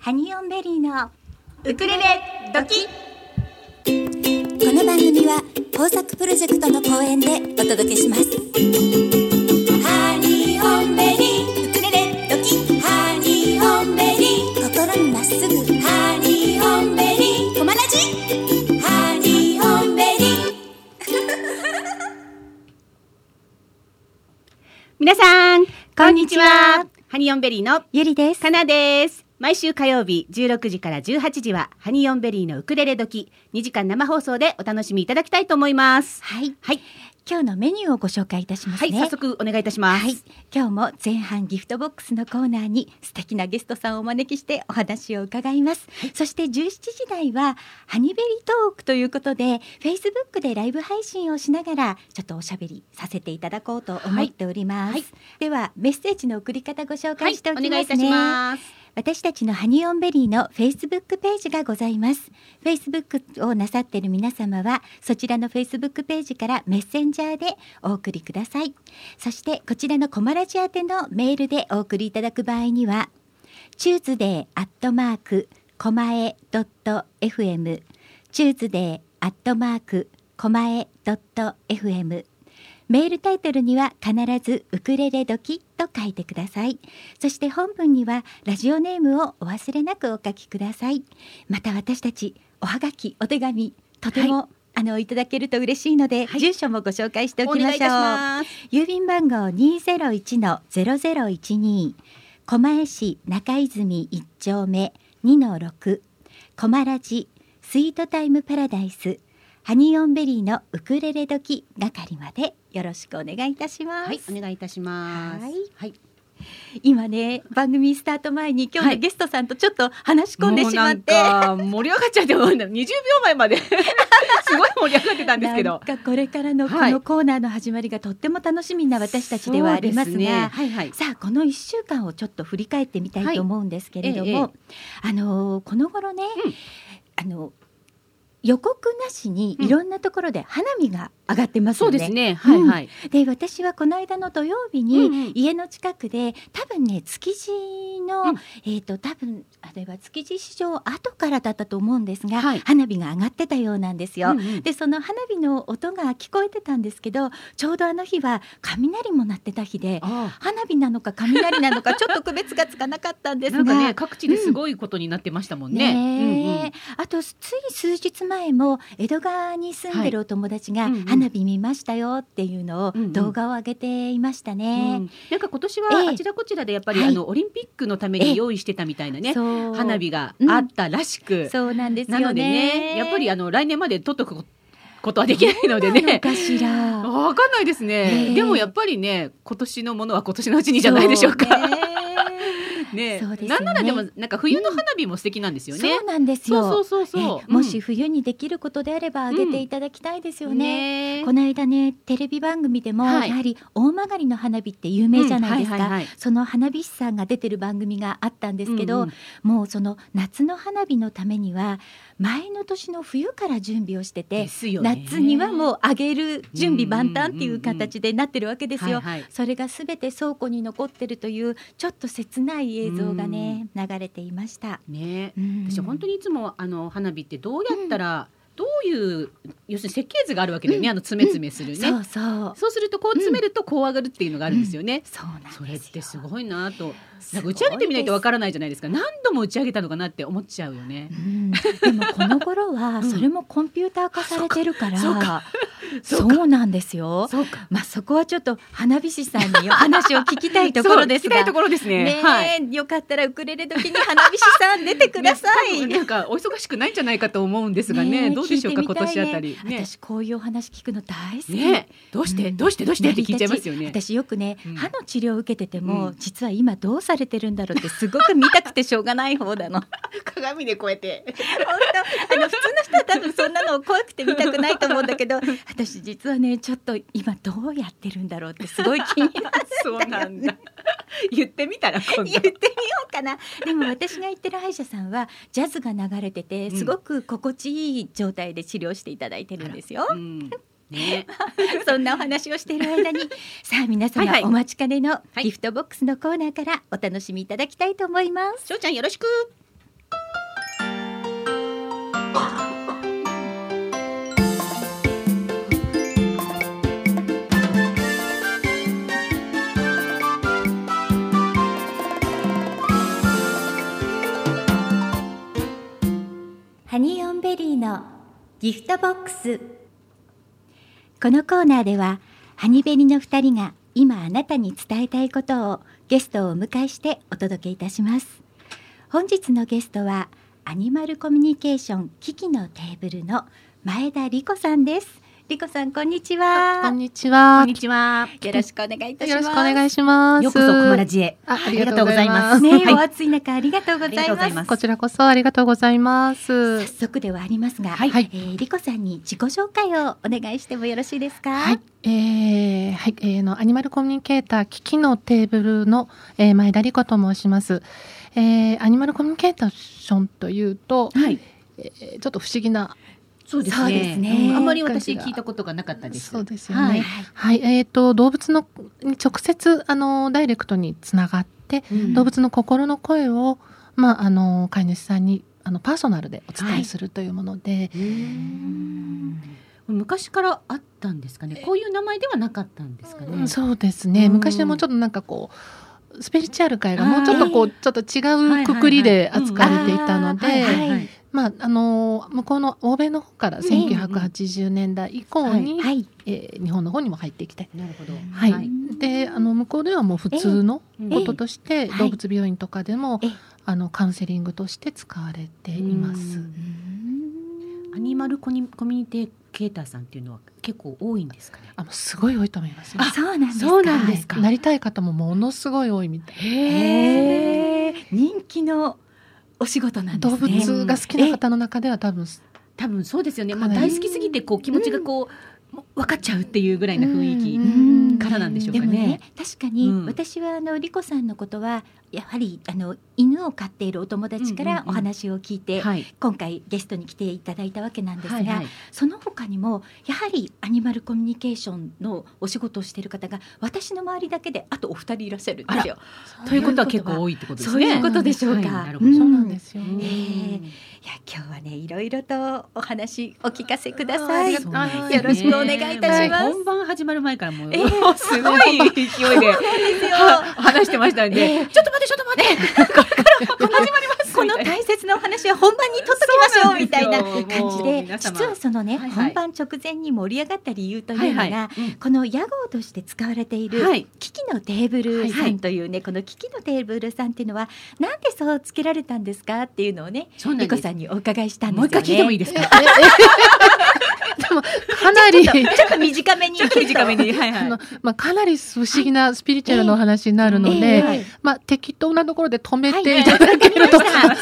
ハニオンベリーのウクレレドキ。 この番組は豊作プロジェクトの講演でお届けします。ハニオンベリーウクレレドキ。ハニオンベリー心にまっすぐ。ハニオンベリーコマラジ。ハニオンベリー皆さんこんにちは。ハニオンベリーのゆりです。 かなです。毎週火曜日16時から18時はハニオンベリーのウクレレ時、2時間生放送でお楽しみいただきたいと思います。 はい、 はい、 今日のメニューをご紹介いたしますね。 はい、早速お願いいたします。 はい、今日も前半ギフトボックスのコーナーに素敵なゲストさんをお招きしてお話を伺います。そして17時台はハニベリートークということで Facebook でライブ配信をしながらちょっとおしゃべりさせていただこうと思っております。はいはい、ではメッセージの送り方ご紹介しておきますね。 お願いいたします。 私たちのハニオンベリーの Facebook ページがございます。 Facebook をなさっている皆様はそちらの Facebook ページからメッセンジャーでお送りください。そしてこちらのコマラジ宛てのメールでお送りいただく場合には tuesday@komae.fm tuesday@komae.fm メールタイトルには必ずウクレレドキと書いてください。そして本文にはラジオネームをお忘れなくお書きください。また私たちおはがきお手紙とても、いただけると嬉しいので、住所もご紹介しておきましょう。 お願いいたします。 郵便番号 201-0012 狛江市中泉1丁目 2-6 コマラジスイートタイムパラダイスハニオンベリーのウクレレ時係までよろしくお願いいたします。 はい、お願いいたします。 はいはい、 今ね番組スタート前に今日のゲストさんとちょっと話し込んでしまって、 もうなんか盛り上がっちゃって20秒前まですごい盛り上がってたんですけどなんかこれからのこのコーナーの始まりがとっても楽しみな私たちではありますが、 はいはい、 さあこの1週間をちょっと振り返ってみたいと思うんですけれども、この頃ね、予告なしにいろんなところで花火が上がってますよね。 そうですね、はいはい、 で私はこの間の土曜日に家の近くで多分ね築地の、多分あれは築地市場後からだったと思うんですが、花火が上がってたようなんですよ。でその花火の音が聞こえてたんですけど、ちょうどあの日は雷も鳴ってた日で花火なのか雷なのかちょっと区別がつかなかったんですがなんかね各地ですごいことになってましたもんね。 あとつい数日前も江戸川に住んでるお友達が花火見ましたよっていうのを動画を上げていましたね。 なんか今年はあちらこちらでやっぱり、オリンピックのために用意してたみたいなね、花火があったらしく、 そうなんですよね。 なのでねやっぱり来年まで撮っとくことはできないのでね。 どうなのかしらわかんないですね。でもやっぱりね今年のものは今年のうちにじゃないでしょうか。ね、なんならでもなんか冬の花火も素敵なんですよね。 そうなんですよ。 そうもし冬にできることであれば上げていただきたいですよね。この間ねテレビ番組でも、やはり大曲の花火って有名じゃないですか。その花火師さんが出てる番組があったんですけど、もうその夏の花火のためには前の年の冬から準備をしてて、夏にはもう上げる準備万端っていう形でなってるわけですよ。それがすべて倉庫に残ってるというちょっと切ない映像がね流れていましたね。 私本当にいつも花火ってどうやったら、どういう要するに設計図があるわけだよね。詰め詰めするね、そうするとこう詰めるとこう上がるっていうのがあるんですよね。 そうなんですよ。 それってすごいなと。なんか打ち上げてみないとわからないじゃないですか。何度も打ち上げたのかなって思っちゃうよね。 でもこの頃はそれもコンピューター化されてるから、そうなんですよ。そこはちょっと花火師さんにお話を聞きたいところですが、よかったらウクレレ時に花火師さん出てください。 なんかお忙しくないんじゃないかと思うんですがね。どうでしょうか今年あたり。 私こういうお話聞くの大好き。 どうしてって聞いちゃいますよね。 私よくね歯の治療を受けてても実は今どうされてるんだろうってすごく見たくてしょうがない方なの。 鏡でこうやって本当普通の人は多分そんなの怖くて見たくないと思うんだけど、私実はねちょっと今どうやってるんだろうってすごい気になって。 そうなんだ。言ってみたら今度言ってみようかな。でも私が行ってる歯医者さんはジャズが流れててすごく心地いい状態で治療していただいてるんですよ。そんなお話をしている間にさあ皆様、お待ちかねのギフトボックスのコーナーからお楽しみいただきたいと思います。 しょうちゃんよろしく。 ハニーオンベリーのギフトボックス。このコーナーではハニベリの2人が今あなたに伝えたいことをゲストをお迎えしてお届けいたします。本日のゲストはアニマルコミュニケーション危機のテーブルの前田理子さんです。理子さん、こんにちは。 こんにちは。 こんにちは。 よろしくお願いいたします。 よろしくお願いします。 ようこそ熊ラジへ。 ありがとうございます。 ね、 はい、 お暑い中ありがとうございます。 こちらこそありがとうございます。 早速ではありますが、 はい、 理子さんに自己紹介をお願いしてもよろしいですか？ はい、アニマルコミュニケーター危機のテーブルの、前田理子と申します。アニマルコミュニケーションというと、 はい、 ちょっと不思議な。 そうですね。あんまり私聞いたことがなかったです。 そうですよね。はい、動物のに直接ダイレクトにつながって、動物の心の声を飼い主さんにパーソナルでお伝えするというもので、 昔からあったんですかね。こういう名前ではなかったんですかね。 そうですね。昔はもうちょっとなんかこうスピリチュアル界がもうちょっとこうちょっと違うくくりで扱われていたので、向こうの欧米の方から1980年代以降に、日本の方にも入ってきて、 なるほど。 はい。で、向こうではもう普通のこととして動物病院とかでもカウンセリングとして使われています。 アニマルコミュニケーターさんっていうのは結構多いんですかね。 すごい多いと思います。 そうなんですか。 なりたい方もものすごい多いみたい。 人気のお仕事なんですね。 動物が好きな方の中では多分そうですよね。大好きすぎてこう気持ちがこう分かっちゃうっていうぐらいな雰囲気からなんでしょうかね。 でもね、確かに私は理子さんのことはやはり犬を飼っているお友達からお話を聞いて、今回ゲストに来ていただいたわけなんですが、その他にもやはりアニマルコミュニケーションのお仕事をしている方が私の周りだけであとお二人いらっしゃるんですよ。 ということは結構多いってことですね。 そういうことでしょうか。 なるほど、そうなんですよ。 いや、今日はね、いろいろとお話お聞かせください。よろろしくお願いいたします。 本番始まる前からもうすごい勢いで話してましたんで、ちょっと待ってこれから始まります。 この大切なお話は本番に取っときましょうみたいな感じで、実はそのね、本番直前に盛り上がった理由というのが、この屋号として使われているキキのテーブルさんというね、このキキのテーブルさんっていうのはなんでそうつけられたんですかっていうのをね、理子さんにお伺いしたんですよね。 もう一回聞いてもいいですか？ でもかなりちょっと短めにかなり不思議なスピリチュアルのお話になるので、適当なところで止めていただけると。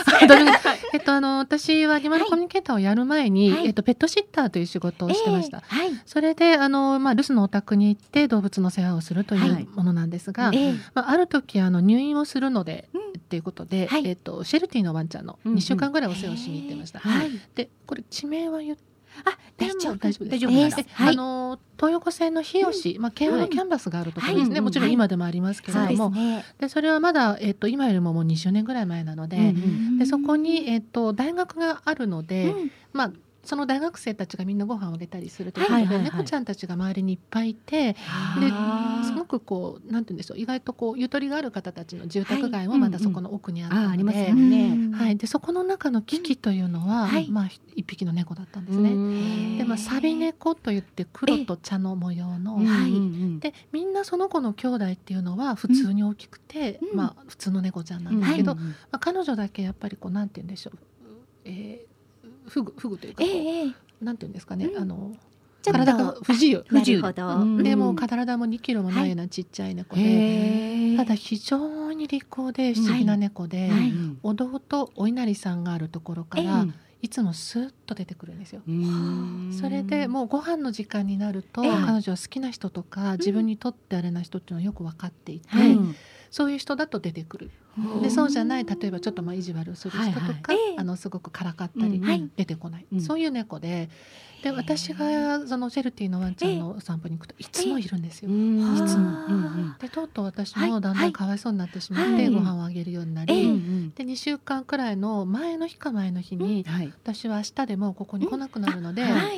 私はアニマルコミュニケーターをやる前に、ペットシッターという仕事をしてました。それで留守のお宅に行って動物の世話をするというものなんですが、ある時入院をするのでっていうことで、シェルティのワンちゃんの2週間ぐらいお世話しに行ってました。で、これ地名は言って大丈夫です。 東横線の日吉、京王のキャンバスがあるところですね。もちろん今でもありますけれども、でそれはまだ今よりももう20年ぐらい前なので、でそこに大学があるので、その大学生たちがみんなご飯をあげたりするということで、猫ちゃんたちが周りにいっぱいいて、ですごくこうなんて言うんでしょう、意外とこうゆとりがある方たちの住宅街もまだそこの奥にあったので、でそこの中のキキというのは、一匹の猫だったんですね。でサビ猫といって黒と茶の模様の、でみんなその子の兄弟っていうのは普通に大きくて、普通の猫ちゃんなんですけど、彼女だけやっぱりこうなんて言うんでしょう、フグというか、なんていうんですかね、体が不自由でもう体も2キロもないようなちっちゃい猫で、ただ非常に利口で不思議な猫で、お堂とお稲荷さんがあるところからいつもスーッと出てくるんですよ。それでもうご飯の時間になると、彼女は好きな人とか自分にとってあれな人っていうのはよく分かっていて、そういう人だと出てくる。でそうじゃない、例えばちょっと意地悪をする人とか、すごくからかったり出てこない、そういう猫で、私がそのシェルティのワンちゃんのお散歩に行くといつもいるんですよ。いつも。でとうとう私もだんだんかわいそうになってしまって、ご飯をあげるようになり、で2週間くらいの前の日か前の日に、私は明日でもここに来なくなるので、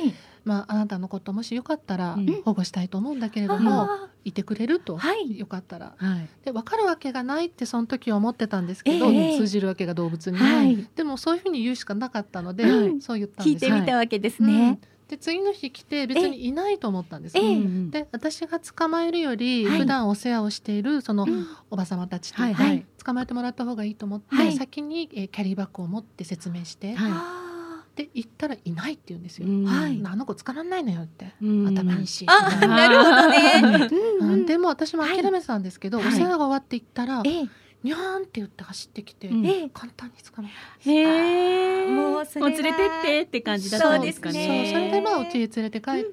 あなたのこともしよかったら保護したいと思うんだけれども、いてくれると、よかったら、で分かるわけがないってその時は思ってたんですけど、通じるわけが動物に、でもそういうふうに言うしかなかったので、そう言ったんです。 聞いてみたわけですね。 で次の日来て別にいないと思ったんです。で私が捕まえるより普段お世話をしているそのおばさまたちと捕まえてもらった方がいいと思って、先にキャリーバッグを持って説明して、で行ったらいないって言うんですよ。あの子捕まんないのよって、頭いいし。 なるほどね。 でも私も諦めてたんですけど、お世話が終わって行ったらにゃーんって言って走ってきて、簡単に捕まえた。 もう連れてってって感じだったんですかね。 それでお家へ連れて帰って、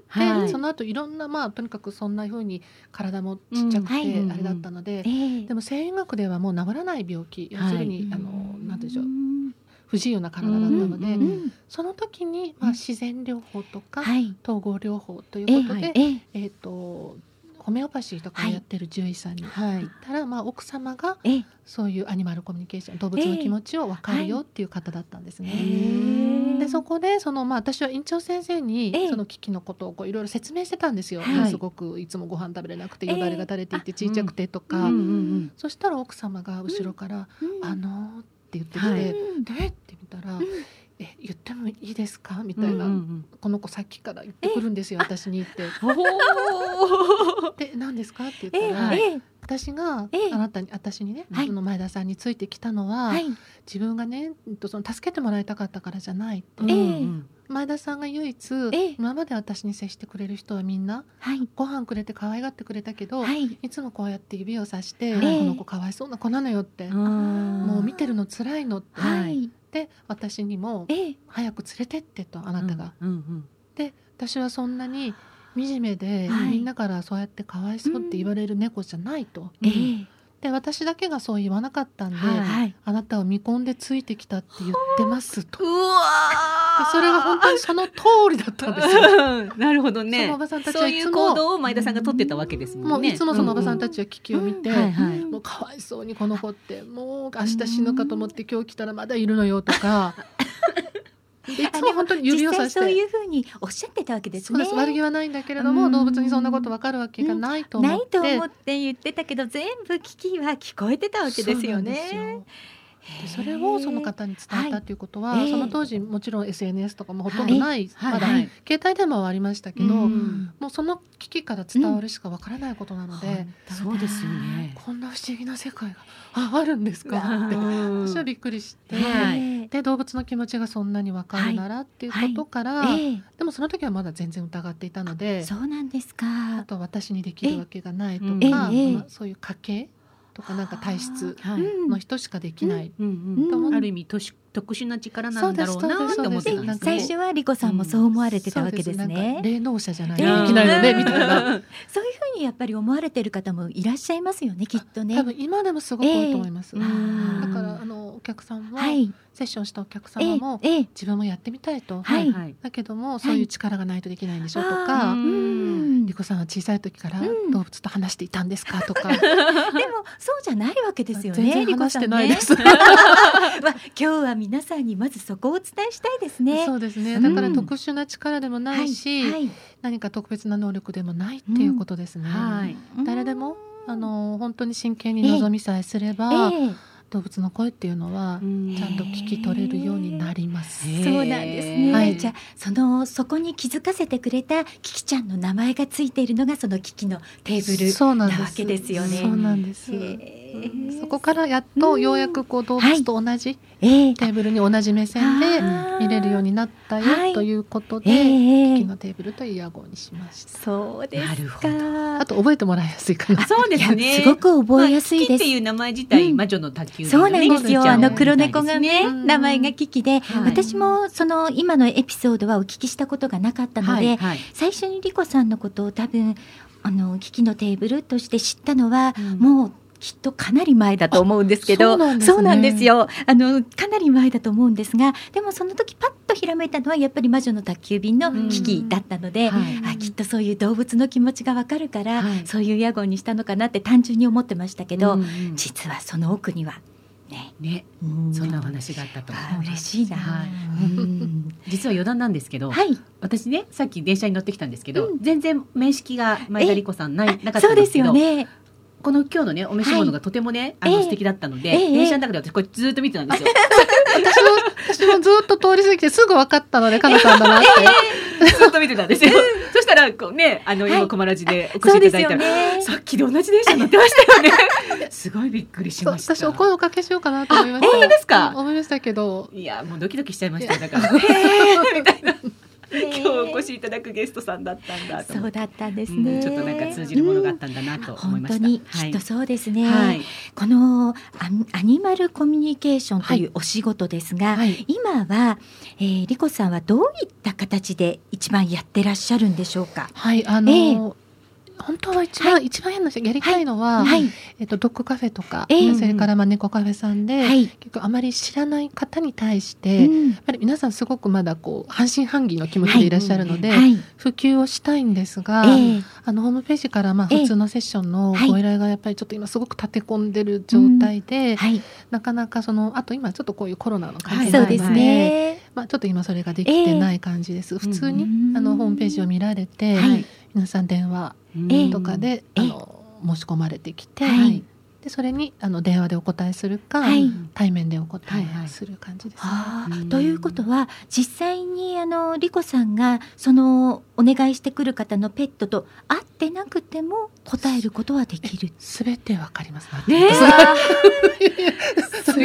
その後いろんなとにかくそんな風に体もちっちゃくてあれだったので、でも生理学ではもう治らない病気、要するになんでしょう、不自由な体だったので、その時に自然療法とか統合療法ということで、ホメオパシーとかをやってる獣医さんに行ったら、奥様がそういうアニマルコミュニケーション、動物の気持ちを分かるよっていう方だったんですね。でそこで私は院長先生にそのキキのことをいろいろ説明してたんですよ。すごくいつもご飯食べれなくてよだれが垂れていて小さくてとか、そしたら奥様が後ろから「って言ってきて「で?」って見たら「言ってもいいですか?」みたいな、この子さっきから言ってくるんですよ、私にって。で何ですかって言ったら、私が私にね、その前田さんについてきたのは、自分がねその助けてもらいたかったからじゃないって、前田さんが唯一今まで私に接してくれる人はみんなご飯くれて可愛がってくれたけど、いつもこうやって指をさしてこの子かわいそうな子なのよって、もう見てるの辛いのって、で私にも早く連れてってと、あなたが。で私はそんなに惨めで、みんなからそうやってかわいそうって言われる猫じゃないと。で私だけがそう言わなかったんで、あなたを見込んでついてきたって言ってますと。それが本当にその通りだったんですよ。 なるほどね。 そのおばさんたちそういう行動を前田さんが取ってたわけですもんね。 もういつもそのおばさんたちは危機を見て、もうかわいそうにこの子ってもう明日死ぬかと思って今日来たらまだいるのよとか。いつも本当に指をさして、 そういうふうにおっしゃってたわけですね。 そうです。悪気はないんだけれども、動物にそんなこと分かるわけがないと思って、 ないと思って言ってたけど、全部危機は聞こえてたわけですよね。 でそれをその方に伝えたということは、その当時もちろん SNS とかもほとんどない、まだ携帯電話はありましたけど、もうその危機から伝わるしかわからないことなので、 そうですよね。 こんな不思議な世界があるんですかって私はびっくりして、で動物の気持ちがそんなにわかるならっていうことから、でもその時はまだ全然疑っていたので、 そうなんですか。 あと私にできるわけがないとか、そういう家系とかなんか体質の人しかできない、 ある意味特殊な力なんだろうなと思ってたんです。 最初はリコさんもそう思われてたわけですね。 霊能者じゃないとできないのねみたいな、 そういうふうにやっぱり思われてる方もいらっしゃいますよね、きっとね。 多分今でもすごく多いと思います。だからお客さんも、セッションしたお客様も、自分もやってみたいと、だけどもそういう力がないとできないんでしょとか、リコさんは小さい時から動物と話していたんですかとか。でもそうじゃないわけですよね。 全然話してないです。 今日は皆さんにまずそこをお伝えしたいですね。 そうですね。だから特殊な力でもないし、何か特別な能力でもないっていうことですね。誰でも本当に真剣に望みさえすれば、動物の声っていうのはちゃんと聞き取れるようになります。 そうなんですね。じゃあそこに気づかせてくれたキキちゃんの名前がついているのがそのキキのテーブルなわけですよね。 そうなんです。そこからやっとようやく動物と同じテーブルに同じ目線で見れるようになったよということで、キキのテーブルという屋号にしました。 そうですか。 あと覚えてもらいやすいかな。 そうですね。 すごく覚えやすいです。 キキっていう名前自体魔女の宅急便。 そうなんですよ。黒猫がね、名前がキキで、私も今のエピソードはお聞きしたことがなかったので、最初にリコさんのことを多分キキのテーブルとして知ったのは、もうきっとかなり前だと思うんですけど、そうなんですよ。かなり前だと思うんですが、でもその時パッとひらめいたのはやっぱり魔女の宅急便のキキだったので、きっとそういう動物の気持ちがわかるから、そういう屋号にしたのかなって単純に思ってましたけど、実はその奥にはね、 ね、そんなお話があったと思います。 嬉しいな。 実は余談なんですけど、私ねさっき電車に乗ってきたんですけど、全然面識が前田理子さんなかったんですけど、 そうですよね。 この今日のねお召し物がとてもね素敵だったので、電車の中で私これずっと見てたんですよ。 私もずっと通り過ぎてすぐ分かったのでかなさんだなってずっと見てたんですよ。そしたらこうね今コマラジでお越しいただいたら、さっきと同じ電車に乗ってましたよね。すごいびっくりしました。 私お声をかけしようかなと思いました。 本当ですか？ 思いましたけど、 いやもうドキドキしちゃいましたよ。だからみたいな。今日お越しいただくゲストさんだったんだと。 そうだったんですね。 ちょっとなんか通じるものがあったんだなと思いました。 本当にきっとそうですね。このアニマルコミュニケーションというお仕事ですが、今は理子さんはどういった形で一番やってらっしゃるんでしょうか。 本当は一番変なやりたいのは、ドッグカフェとか、それから猫カフェさんで、結構あまり知らない方に対して、やっぱり皆さんすごくまだこう半信半疑の気持ちでいらっしゃるので、普及をしたいんですが、ホームページから普通のセッションのご依頼がやっぱりちょっと今すごく立て込んでる状態で、なかなかあと今ちょっとこういうコロナの関係なので、ちょっと今それができてない感じです。普通にホームページを見られて、皆さん電話とかで申し込まれてきて、でそれに電話でお答えするか、対面でお答えする感じですね。 ということは実際に理子さんがお願いしてくる方のペットと会ってなくても答えることはできる。 すべてわかりますね。 すごい。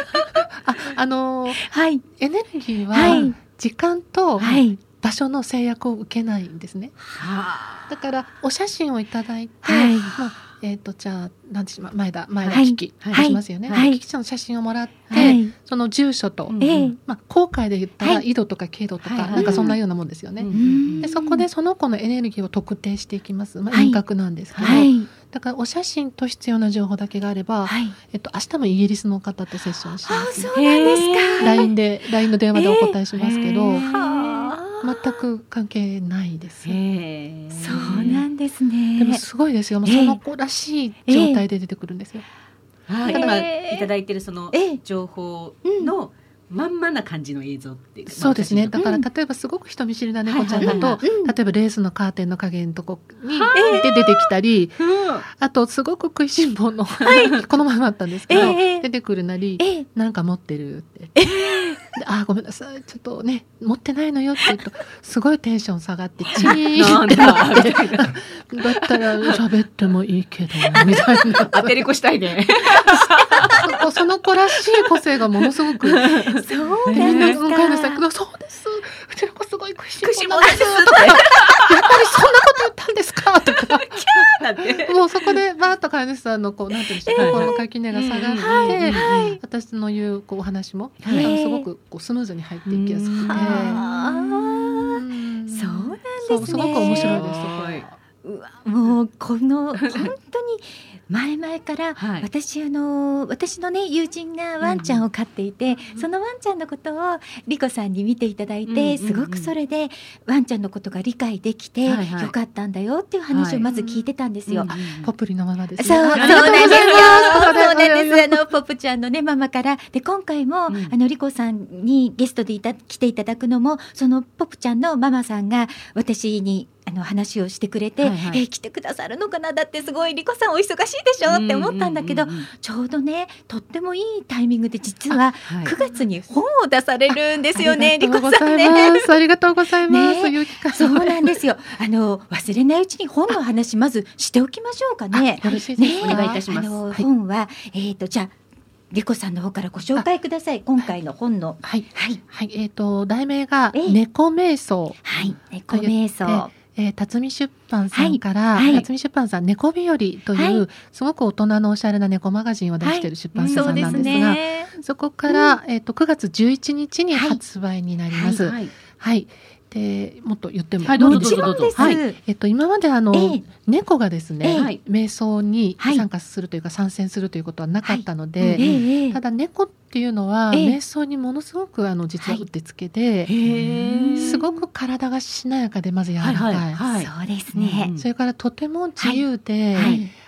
エネルギーは時間と場所の制約を受けないんですね。だからお写真をいただいて、じゃあ前田キキしますよね。キキちゃんの写真をもらって、その住所と、航海で言ったら緯度とか経度とか、なんかそんなようなもんですよね。でそこでその子のエネルギーを特定していきます。遠隔なんですけど、だからお写真と必要な情報だけがあれば、明日もイギリスの方とセッションします。 そうなんですか。 LINE の電話でお答えしますけど、全く関係ないです。 そうなんですね。 でもすごいですよ。その子らしい状態で出てくるんですよ。 今いただいてるその情報のまんまな感じの映像っていう。 そうですね。だから例えばすごこ人見知りな猫ちゃんだと、例えばレースのカーテンの影のとこにで出てきたり、あとすごく食いしん坊のこの前もあったんですけど、出てくるなり、なんか持ってるって。ごめんなさい、ちょっとね持ってないのよって言うとすごいテンション下がってチーってなってだったら喋ってもいいけどみたいな。 当てりこしたいね。 その子らしい個性がものすごく。 そうなんですか。 そうです。うちの子すごい食いしん坊なんですとか。やっぱりそんなこと言ったんですかとか。もうそこでバーッと飼い主さんのなんていうんでしょう、心の垣根が下がって、私の言うお話もすごくスムーズに入っていきやすくて。 そうなんですね。 すごく面白いです。 もうこの本当に前々から私のね友人がワンちゃんを飼っていて、そのワンちゃんのことを理子さんに見ていただいて、すごくそれでワンちゃんのことが理解できてよかったんだよっていう話をまず聞いてたんですよ。 ポプリのママです。 そうなんですよ。そうなんです。ポプちゃんのねママからで、今回も理子さんにゲストで来ていただくのも、そのポプちゃんのママさんが私に話をしてくれて、来てくださるのかな、だってすごい理子さんお忙しいでしょって思ったんだけど、ちょうどねとってもいいタイミングで実は9月に本を出されるんですよね、理子さんね。 ありがとうございます。 そうなんですよ。忘れないうちに本の話まずしておきましょうかね。 よろしいですか。 お願いいたします。 本はじゃあ理子さんの方からご紹介ください。今回の本の題名が猫瞑想。 猫瞑想。 辰巳出版さんから、辰巳出版さん猫日和という、すごく大人のおしゃれな猫マガジンを出している出版社さんなんですが、そこから、9月11日に発売になります。でもっと言っても、 もちろんです。 今まで猫がですね、瞑想に参加するというか参戦するということはなかったので、ただ猫っていうのは瞑想にものすごく実はうってつけで、すごく体がしなやかでまず柔らかい。 そうですね。 それからとても自由で、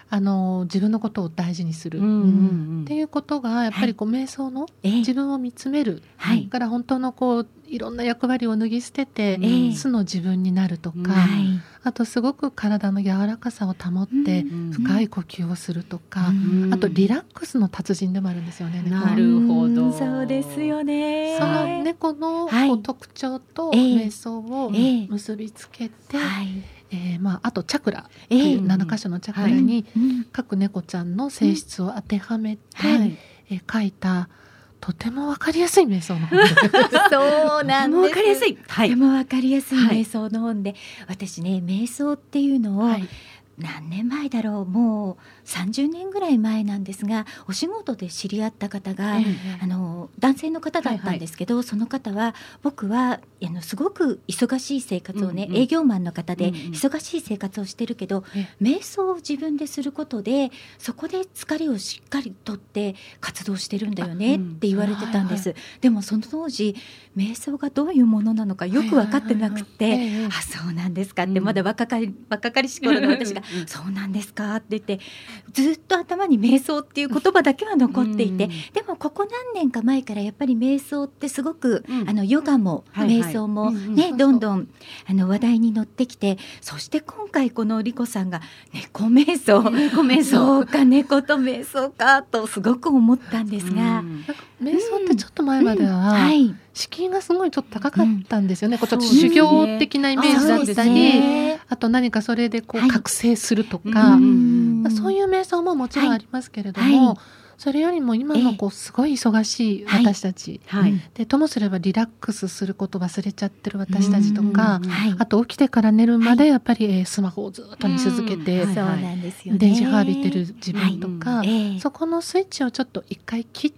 自分のことを大事にする、っていうことがやっぱり瞑想の自分を見つめる、から本当のいろんな役割を脱ぎ捨てて、素の自分になるとか、あとすごく体の柔らかさを保って深い呼吸をするとか、あとリラックスの達人でもあるんですよね。 なるほど。 そうですよね。 その猫の特徴と瞑想を結びつけて、あとチャクラという7箇所のチャクラに各猫ちゃんの性質を当てはめて書いた、とても分かりやすい瞑想の本でそうなんです。 分かりやすい、 とても分かりやすい瞑想の本で、私ね、瞑想っていうのを、何年前だろう、もう30年ぐらい前なんですが、お仕事で知り合った方が、男性の方だったんですけど、その方は僕はすごく忙しい生活をね、営業マンの方で忙しい生活をしてるけど、瞑想を自分ですることでそこで疲れをしっかりとって活動してるんだよねって言われてたんです。でもその当時瞑想がどういうものなのかよく分かってなくて、あ、そうなんですかって、まだ若かりし頃の私がそうなんですかって言って、ずっと頭に瞑想っていう言葉だけは残っていて、でもここ何年か前からやっぱり瞑想ってすごく、ヨガも瞑想もね、どんどん話題に乗ってきて、そして今回このリコさんが猫瞑想、そうか、猫と瞑想かとすごく思ったんですが、 瞑想ってちょっと前までは敷居がすごいちょっと高かったんですよね。ちょっと修行的なイメージだったり、あと何かそれで覚醒するとか、そういう瞑想ももちろんありますけれども、それよりも今のすごい忙しい私たち、でともすればリラックスすること忘れちゃってる私たちとか、あと起きてから寝るまでやっぱりスマホをずっと見続けて電磁波浴びてる自分とか、そこのスイッチをちょっと一回切って、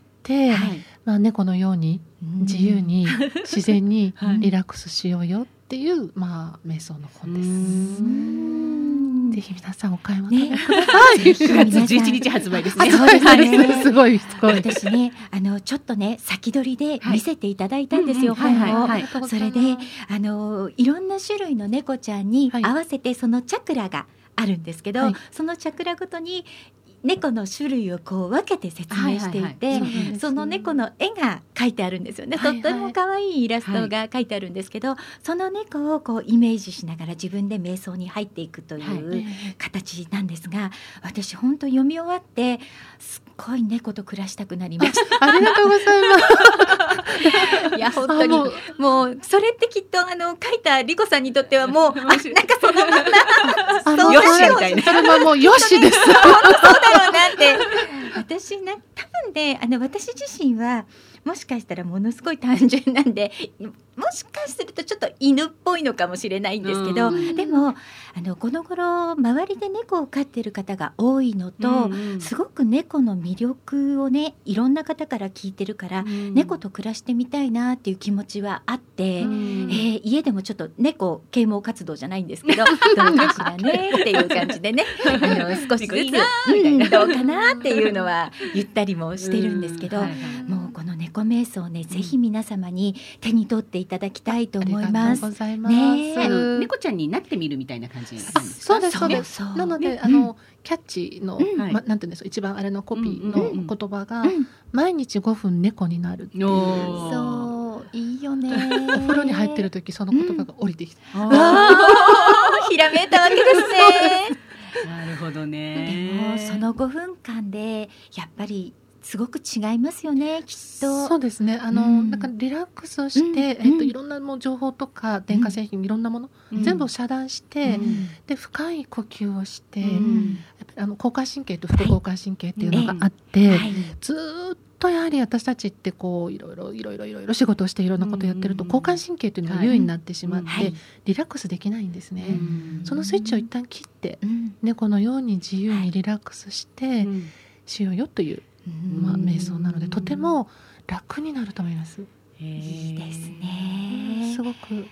猫のように自由に自然にリラックスしようよっていう、瞑想の本です。ぜひ皆さんお買い求めください。 9月11日発売ですね。 すごい私ね、ちょっとね、先取りで見せていただいたんですよ、本を。それでいろんな種類の猫ちゃんに合わせてそのチャクラがあるんですけど、そのチャクラごとに猫の種類を分けて説明していて、その猫の絵が描いてあるんですよね。とっても可愛いイラストが描いてあるんですけど、その猫をイメージしながら自分で瞑想に入っていくという形なんですが、私本当読み終わってすっごい猫と暮らしたくなりました。 ありがとうございます。 いや本当にもうそれってきっと書いたリコさんにとってはもうなんかそのままよしみたいな、 それはもうよしです。 本当そうだよなって私多分ね、私自身はもしかしたらものすごい単純なんで、もしかするとちょっと犬っぽいのかもしれないんですけど、でもこの頃周りで猫を飼ってる方が多いのと、すごく猫の魅力をね、いろんな方から聞いてるから、猫と暮らしてみたいなっていう気持ちはあって、家でもちょっと猫啓蒙活動じゃないんですけど、どうかしらねっていう感じでね、少しずつどうかなっていうのは言ったりもしてるんですけど、もうこの猫瞑想ね、ぜひ皆様に手に取っていただきたいと思います。 猫ちゃんになってみるみたいな感じなんですか？ そうですそうです。なのでキャッチのなんていうんですか、一番あれのコピーの言葉が毎日5分猫になるっていう。 そういいよね。 お風呂に入ってる時その言葉が降りてきて、 ひらめいたわけですね。 なるほどね。 でもその5分間でやっぱりすごく違いますよね、きっと。 そうですね。なんかリラックスして、いろんなもう情報とか電化製品、いろんなもの、全部を遮断して、で深い呼吸をして、やっぱり交感神経と副交感神経っていうのがあって、ずっとやはり私たちっていろいろ仕事をしていろんなことをやってると、交感神経というのが優位になってしまって、リラックスできないんですね。そのスイッチを一旦切って、猫のように自由にリラックスしてしようよという。瞑想なのでとても楽になると思います。 いいですね。 すごく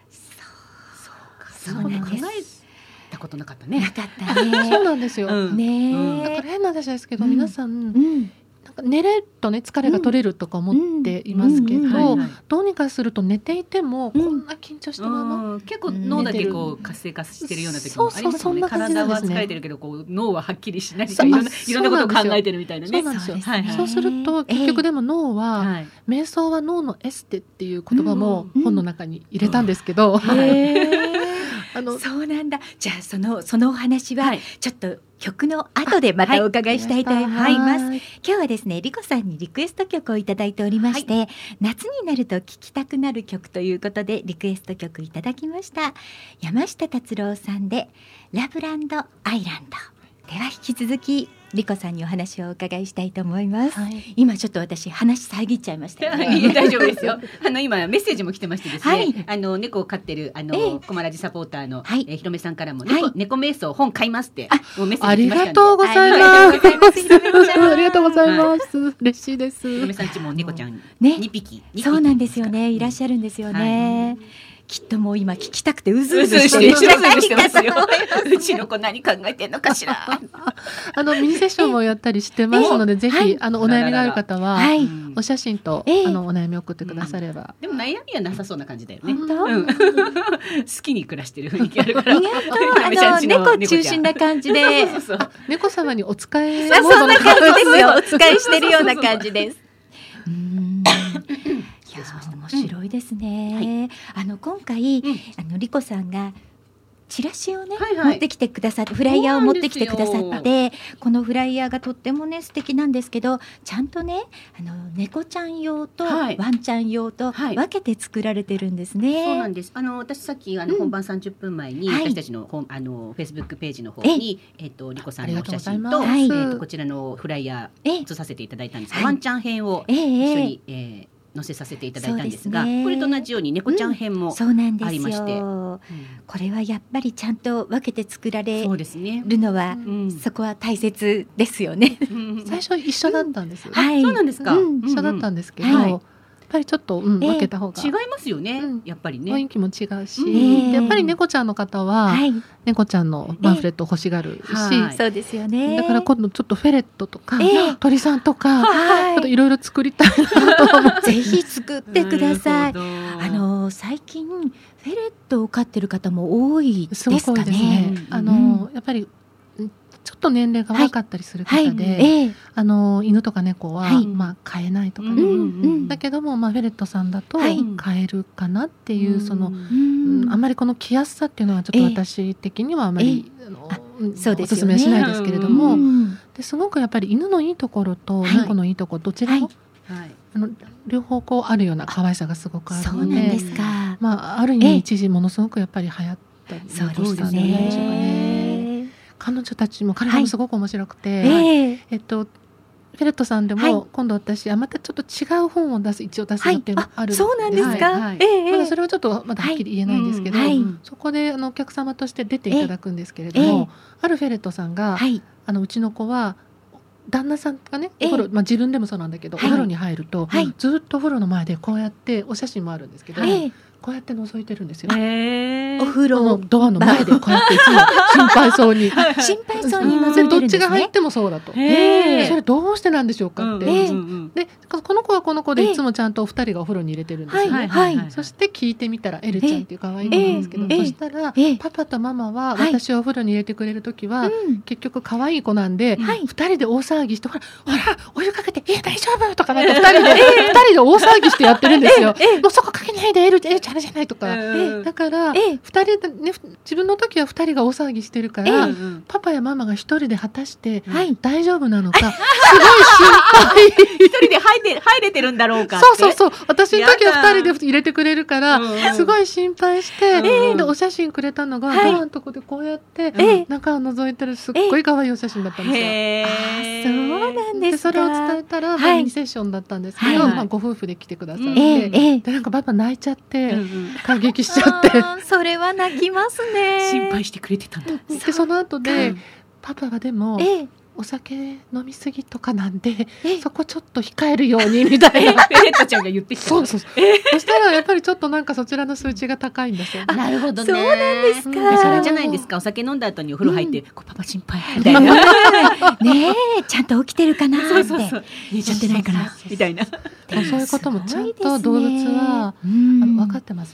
そう考えたことなかったね。 なかったね。 そうなんですよ。 ね。 だから変な話ですけど、皆さんなんか寝れるとね疲れが取れるとか思っていますけど、どうにかすると寝ていてもこんな緊張したまま、 結構脳だけこう活性化してるような時もありますもんね。体は疲れてるけどこう脳ははっきりしないといろんなことを考えてるみたいなね。 そうすると結局でも脳は、瞑想は脳のエステっていう言葉も本の中に入れたんですけど、 そうなんだ。じゃあそのお話はちょっと曲の後でまたお伺いしたいと思います。今日はですね、リコさんにリクエスト曲をいただいておりまして、夏になると聴きたくなる曲ということでリクエスト曲いただきました。山下達郎さんでラブランドアイランド。では引き続きリコさんにお話をお伺いしたいと思います。今ちょっと私話遮っちゃいましたよね。 大丈夫ですよ。今メッセージも来てましてですね、猫を飼ってるコマラジサポーターのひろめさんからも猫瞑想本買いますってもうメッセージ来ましたんで、 ありがとうございます。ありがとうございます。嬉しいです。 ひろめさんちも猫ちゃん2匹。 そうなんですよね。いらっしゃるんですよね。きっともう今聞きたくてうずうずしてますよ。うちの子何考えてんのかしら。 ミニセッションもやったりしてますので、ぜひお悩みがある方はお写真とお悩みを送ってくだされば。 でも悩みはなさそうな感じだよね。好きに暮らしてる雰囲気あるから。 猫中心な感じで、 猫様にお使いそんな感じですよ。お使いしてるような感じです。面白いですね。今回リコさんがチラシをね、持ってきてくださって、フライヤーを持ってきてくださって、このフライヤーがとってもね素敵なんですけど、ちゃんとね猫ちゃん用とワンちゃん用と分けて作られてるんですね。 そうなんです。私さっき本番30分前に私たちのフェイスブックページの方にリコさんのお写真とこちらのフライヤー写させていただいたんですが、ワンちゃん編を一緒に載せさせるただいたんですが、これと同じように猫ちゃん編もありまして、 これはやっぱりちゃんと分けて作られるのは、そこは大切ですよね。 最初一緒だったんですよ。 そうなんですか。 一緒だったんですけど、やっぱりちょっと分けた方が違いますよね。やっぱりね雰囲気も違うし、やっぱり猫ちゃんの方は猫ちゃんのパンフレット欲しがるし、 そうですよね。 だから今度ちょっとフェレットとか鳥さんとかちょっといろいろ作りたいなと思って、 ぜひ作ってください。最近フェレットを飼ってる方も多いですかね。 やっぱりちょっと年齢が若かったりする方で、犬とか猫は飼えないとかね、だけどもフェレットさんだと飼えるかなっていう、あんまりこの着やすさっていうのはちょっと私的にはあまりおすすめはしないですけれども、ですごくやっぱり犬のいいところと猫のいいところどちらも両方こうあるような可愛さがすごくあるので、 そうなんですか。 ある意味一時ものすごくやっぱり流行ったりそうですね。 彼女たちも彼らもすごく面白くて、フェレットさんでも今度私またちょっと違う本を一応出す予定があるんです。 そうなんですか。 まだそれはちょっとまだはっきり言えないんですけど、そこでお客様として出ていただくんですけれども、あるフェレットさんがうちの子は旦那さんがね、お風呂、自分でもそうなんだけど、お風呂に入るとずっとお風呂の前でこうやってお写真もあるんですけど、こうやって覗いてるんですよ。 お風呂のドアの前でこうやっていつも心配そうに覗いてるんですね。 どっちが入ってもそうだと。それどうしてなんでしょうかって。でこの子はこの子でいつもちゃんとお二人がお風呂に入れてるんですよね。そして聞いてみたらエルちゃんっていう可愛い子なんですけど、そしたらパパとママは私をお風呂に入れてくれるときは結局可愛い子なんで二人で大騒ぎしてほらお湯かけて大丈夫とかなんか二人で大騒ぎしてやってるんですよ。もうそこかけないでエルちゃんじゃないとか。だから二人でね、自分の時は二人が大騒ぎしてるからパパやママが一人で果たして大丈夫なのかすごい心配。 一人で入れてるんだろうかって。 そう私の時は二人で入れてくれるからすごい心配して、でお写真くれたのがドアのとこでこうやって中を覗いてるすっごい可愛いお写真だったんですよ。 そうなんですか。 それを伝えたらミニセッションだったんですけど、ご夫婦で来てくださって、でなんかパパ泣いちゃって感激しちゃって、 それは泣きますね。 心配してくれてたんだ。 でその後でパパがでもお酒飲みすぎとかなんでそこちょっと控えるようにみたいなレッドちゃんが言ってきた。 そうそしたらやっぱりちょっとなんかそちらの数値が高いんですよ。 なるほどね。 そうなんですか。 それじゃないですか。お酒飲んだ後にお風呂入って、パパ心配みたいなねえちゃんと起きてるかなって、 寝ちゃってないかなみたいな。 そういうこともちゃんと動物は分かってます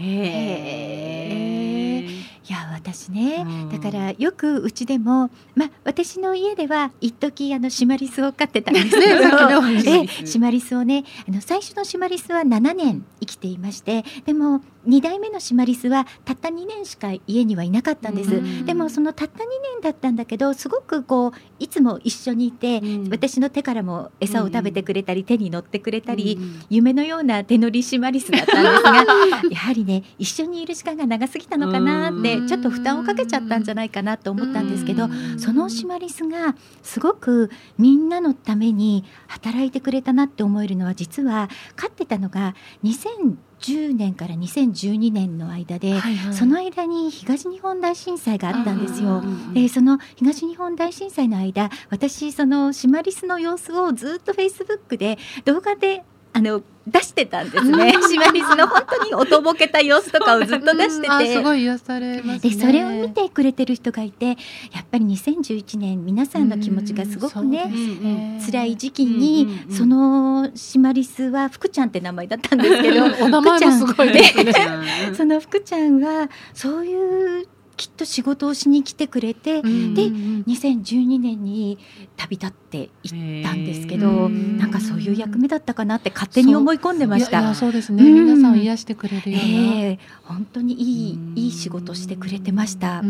ね。 いや私ね、だからよくうちでも、私の家では一時シマリスを飼ってたんですけど、シマリスをね、最初のシマリスは7年生きていまして、でも2代目のシマリスはたった2年しか家にはいなかったんです。でもそのたった2年だったんだけど、すごくいつも一緒にいて、私の手からも餌を食べてくれたり、手に乗ってくれたり、夢のような手乗りシマリスだったんですがやはりね、一緒にいる時間が長すぎたのかなってちょっと負担をかけちゃったんじゃないかなと思ったんですけど、そのシマリスがすごくみんなのために働いてくれたなって思えるのは、実は飼ってたのが2010年から2012年の間で、その間に東日本大震災があったんですよ。でその東日本大震災の間、私そのシマリスの様子をずっとフェイスブックで動画で出してたんですね。シマリスの本当におとぼけた様子とかをずっと出してて、 すごい癒されますね。 でそれを見てくれてる人がいて、やっぱり2011年皆さんの気持ちがすごくね、辛い時期に、そのシマリスは福ちゃんって名前だったんですけどお名前もすごいですねその福ちゃんはそういうきっと仕事をしに来てくれて、で2012年に旅立っていったんですけど、なんかそういう役目だったかなって勝手に思い込んでました。 そうですね、皆さんを癒してくれるような、 本当にいい仕事してくれてました。だ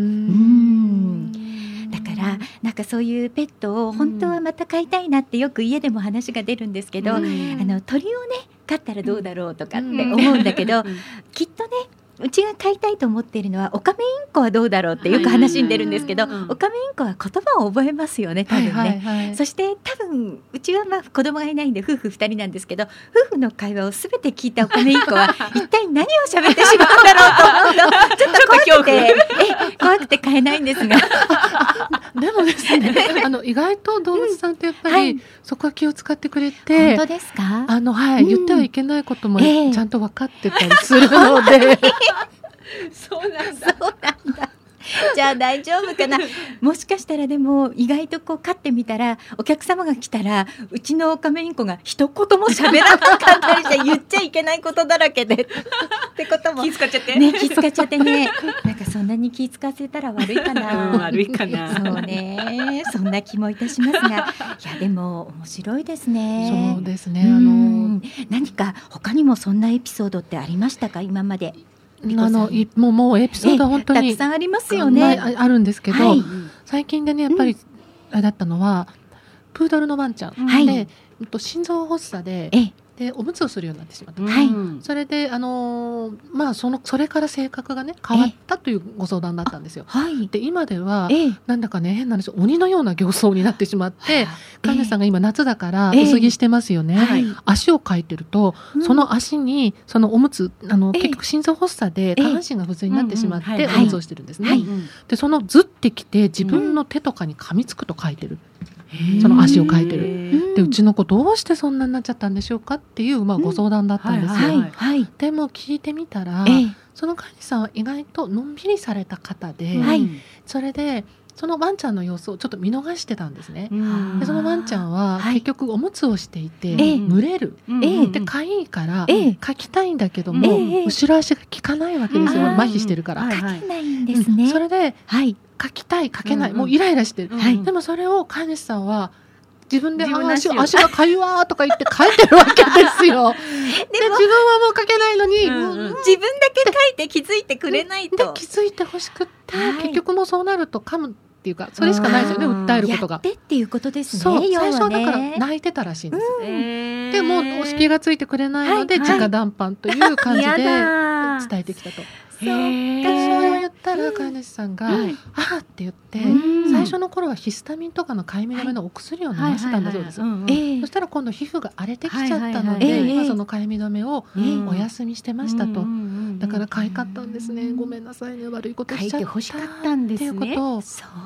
からなんかそういうペットを本当はまた飼いたいなってよく家でも話が出るんですけど、鳥をね飼ったらどうだろうとかって思うんだけど、きっとねうちが飼いたいと思っているのはオカメインコはどうだろうってよく話に出るんですけど、オカメインコは言葉を覚えますよね、多分ね。そして多分うちは子供がいないんで夫婦2人なんですけど、夫婦の会話をすべて聞いたオカメインコは一体何を喋ってしまうんだろうと思うとちょっと怖くて飼えないんですがでもですね意外と動物さんってやっぱり、そこは気を使ってくれて、 本当ですか？ 言ってはいけないこともちゃんと分かってたりするのでそうなんだじゃあ大丈夫かな。もしかしたらでも意外と飼ってみたら、お客様が来たらうちのオカメインコが一言も喋らなかったりして言っちゃいけないことだらけでってことも気使っちゃって気使っちゃってね、なんかそんなに気使わせたら悪いかな、 悪いかな。 そうね、そんな気もいたしますが、いやでも面白いですね。 そうですね。 何か他にもそんなエピソードってありましたか、今まで？ もうエピソードは本当にたくさんありますよね。 あるんですけど、最近でねやっぱりあれだったのは、プードルのワンちゃんで、心臓発作でおむつをするようになってしまった。それでそれから性格がね変わったというご相談だったんですよ。で今ではなんだかね変な話、鬼のような形相になってしまって、飼い主さんが今夏だから薄着してますよね。足をかいてると、その足にそのおむつ結局心臓発作で下半身が不随になってしまっておむつをしてるんですね。でそのずってきて自分の手とかに噛みつくと書いてる。その足をかいてる。でうちの子どうしてそんなになっちゃったんでしょうかっていうご相談だったんですよ。でも聞いてみたら、その飼い主さんは意外とのんびりされた方で、それでそのワンちゃんの様子をちょっと見逃してたんですね。でそのワンちゃんは結局おむつをしていて蒸れる。でかいからかきたいんだけども、後ろ足が効かないわけですよ。麻痺してるから。 かけないんですね。 それでかきたいかけない、もうイライラしてる。でもそれを飼い主さんは自分で足がかゆわーとか言って書いてるわけですよ。で自分はもう書けないのに、 自分だけ書いて気づいてくれないと。 で気づいてほしくって、結局もうそうなると噛むっていうか、それしかないですよね、訴えることが。 やってっていうことですね。 そう、最初はだから泣いてたらしいんです。でもお気がついてくれないので、直談判という感じで伝えてきたと。そう言ったら飼い主さんが「あ」って言って、最初の頃はヒスタミンとかのかゆみ止めのお薬を飲ませたんだそうです。そしたら今度皮膚が荒れてきちゃったので、今そのかゆみ止めをお休みしてましたと。だから可愛かったんですね。ごめんなさいね、悪いことしちゃったっていうことを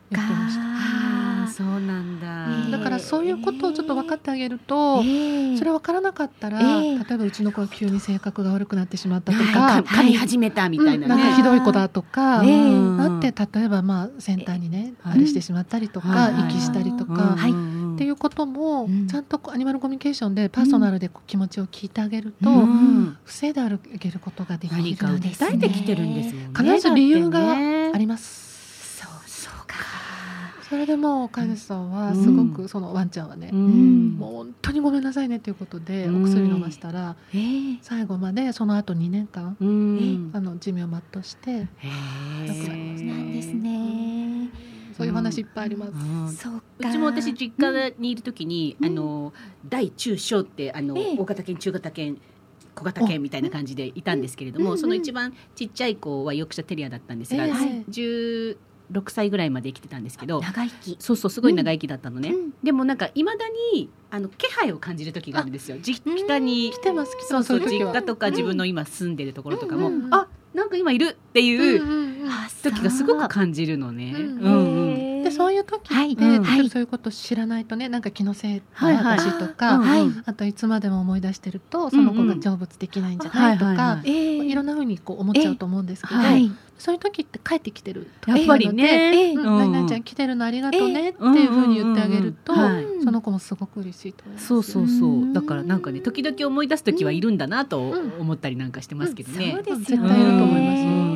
言ってました。 そうなんだ。 だからそういうことをちょっと分かってあげると、それ分からなかったら、例えばうちの子は急に性格が悪くなってしまったとか、 噛み始めたみたいなね、 なんかひどい子だとか、なって例えばセンターにねあれしてしまったりとか、息したりとか、っていうこともちゃんとアニマルコミュニケーションでパーソナルで気持ちを聞いてあげると、防いであげることができるんですね。 訴えてきてるんですよね。 必ず理由があります。 そうか。 それでも飼い主さんはすごくそのワンちゃんはね、もう本当にごめんなさいねということでお薬飲ましたら、最後までその後2年間寿命を全うしてそうなんですね。 そういう話いっぱいあります。 うちも私実家にいるときに大中小って大型犬中型犬小型犬みたいな感じでいたんですけれども、その一番ちっちゃい子はヨークシャテリアだったんですが、16歳ぐらいまで生きてたんですけど、 長生き。 そうすごい長生きだったのね。でもなんかいまだに気配を感じる時があるんですよ。実家に来てます。 実家とか自分の今住んでるところとかも、なんか今いるっていう時がすごく感じるのね。 でそういう時ってそういうこと知らないとね、なんか気のせいな私とか、あといつまでも思い出してるとその子が成仏できないんじゃないとか、いろんな風に思っちゃうと思うんですけど、そういう時って帰ってきてるやっぱりね、 何々ちゃん来てるのありがとうねっていう風に言ってあげると、その子もすごく嬉しいと思います。 そうだからなんかね、時々思い出す時はいるんだなと思ったりなんかしてますけどね。 そうですよね。 絶対いると思いますよ。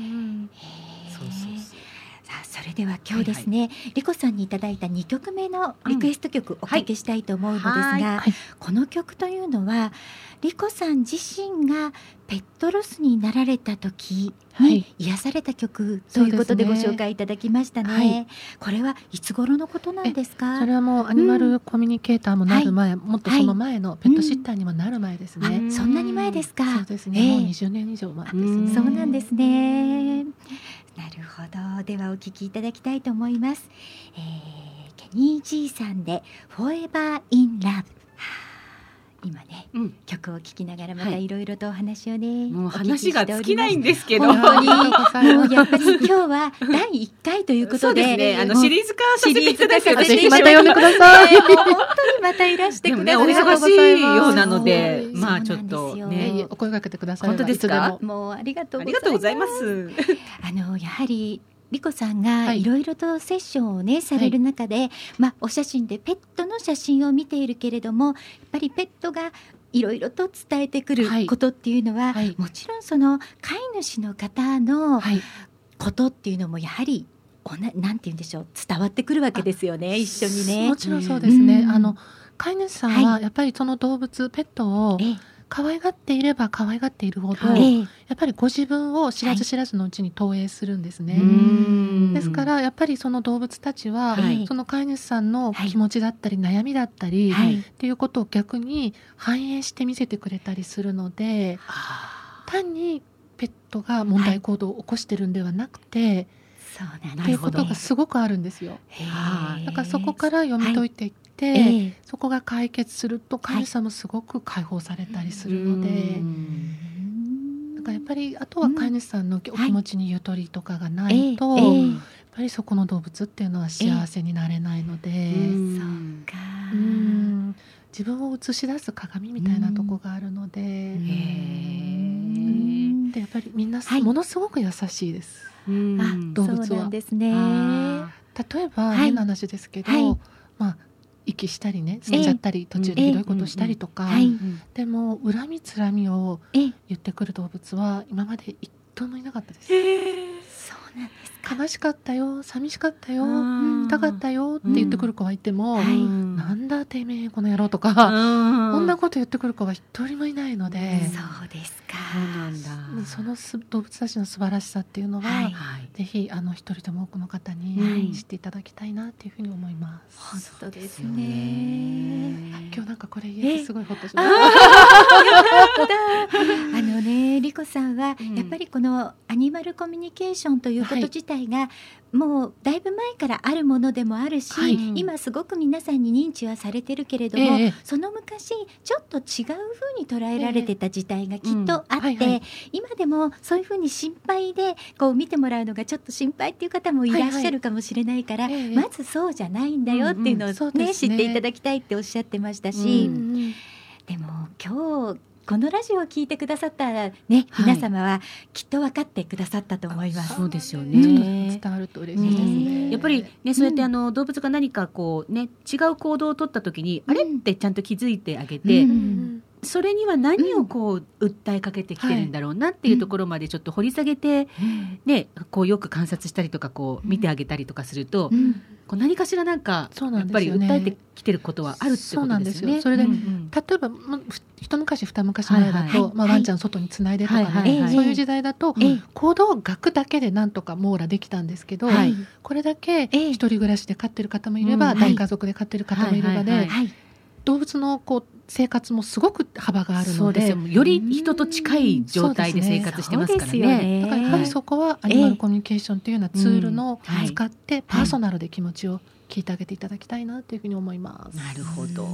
それでは今日ですね、リコさんにいただいた2曲目のリクエスト曲おかけしたいと思うのですが、この曲というのはリコさん自身がペットロスになられた時に癒された曲ということでご紹介いただきましたね。これはいつ頃のことなんですか？ それはもうアニマルコミュニケーターもなる前、もっとその前のペットシッターにもなる前ですね。 そんなに前ですか？ そうですね、もう20年以上前ですね。 そうなんですね。なるほど。ではお聞きいただきたいと思います。ケニー G さんで Forever in Love。今ね、曲を聴きながらまたいろいろとお話をね、 もう話が尽きないんですけど、 本当にもうやっぱり今日は第1回ということで、 そうですね、シリーズ化させていただいて、 ぜひまた呼んでください。 本当にまたいらしてください。 お忙しいようなので、まあちょっとね、 お声掛けてください。 本当ですか？ もうありがとうございます。 やはりリコさんがいろいろとセッションをね、される中で、お写真でペットの写真を見ているけれども、やっぱりペットがいろいろと伝えてくることっていうのは、もちろんその飼い主の方のことっていうのもやはりなんて言うんでしょう、伝わってくるわけですよね、一緒にね。 もちろんそうですね。飼い主さんはやっぱりその動物、ペットを可愛がっていれば可愛がっているほど、やっぱりご自分を知らず知らずのうちに投影するんですね。ですからやっぱりその動物たちは、その飼い主さんの気持ちだったり悩みだったり、っていうことを逆に反映して見せてくれたりするので、単にペットが問題行動を起こしてるんではなくて、っていうことがすごくあるんですよ。だからそこから読み解いていって、そこが解決すると飼い主さんもすごく解放されたりするので、だからやっぱりあとは飼い主さんのお気持ちにゆとりとかがないと、やっぱりそこの動物っていうのは幸せになれないので、自分を映し出す鏡みたいなとこがあるので、でやっぱりみんなものすごく優しいです。動物は。 そうなんですね。 例えば変な話ですけど、息したりね、捨てちゃったり、途中でひどいことしたりとか、でも恨みつらみを言ってくる動物は今まで一頭もいなかったです。 そうなんですか。 悲しかったよ、寂しかったよ、痛かったよって言ってくる子はいても、なんだてめえこの野郎とか、こんなこと言ってくる子は一人もいないので、 そうですか。 その動物たちの素晴らしさっていうのは、ぜひ一人でも多くの方に知っていただきたいなっていうふうに思います。 本当ですね。 今日なんかこれ言えてすごいほっとしました。 リリコさんはやっぱりこのアニマルコミュニケーションということ自体がもうだいぶ前からあるものでもあるし、今すごく皆さんに認知はされてるけれども、その昔ちょっと違う風に捉えられてた時代がきっとあって、今でもそういう風に心配でこう見てもらうのがちょっと心配っていう方もいらっしゃるかもしれないから、まずそうじゃないんだよっていうのをね、知っていただきたいっておっしゃってましたし、でも今日このラジオを聞いてくださったね、皆様はきっと分かってくださったと思います。 そうですよね。 伝わると嬉しいですね。 やっぱりね、そうやって動物が何かこうね、違う行動を取った時に、あれってちゃんと気づいてあげて、それには何をこう訴えかけてきてるんだろうなっていうところまでちょっと掘り下げて、ね、こうよく観察したりとかこう見てあげたりとかすると、こう何かしらなんかやっぱり訴えてきてることはあるってことですよね。 それで、例えば一昔二昔前だと、ワンちゃん外につないでとかね、そういう時代だと、行動学だけでなんとか網羅できたんですけど、これだけ一人暮らしで飼ってる方もいれば、大家族で飼ってる方もいればで、動物のこう生活もすごく幅があるので、 より人と近い状態で生活してますからね。 だからやはりそこはアニマルコミュニケーションというようなツールの使ってパーソナルで気持ちを聞いてあげていただきたいなというふうに思います。 なるほど。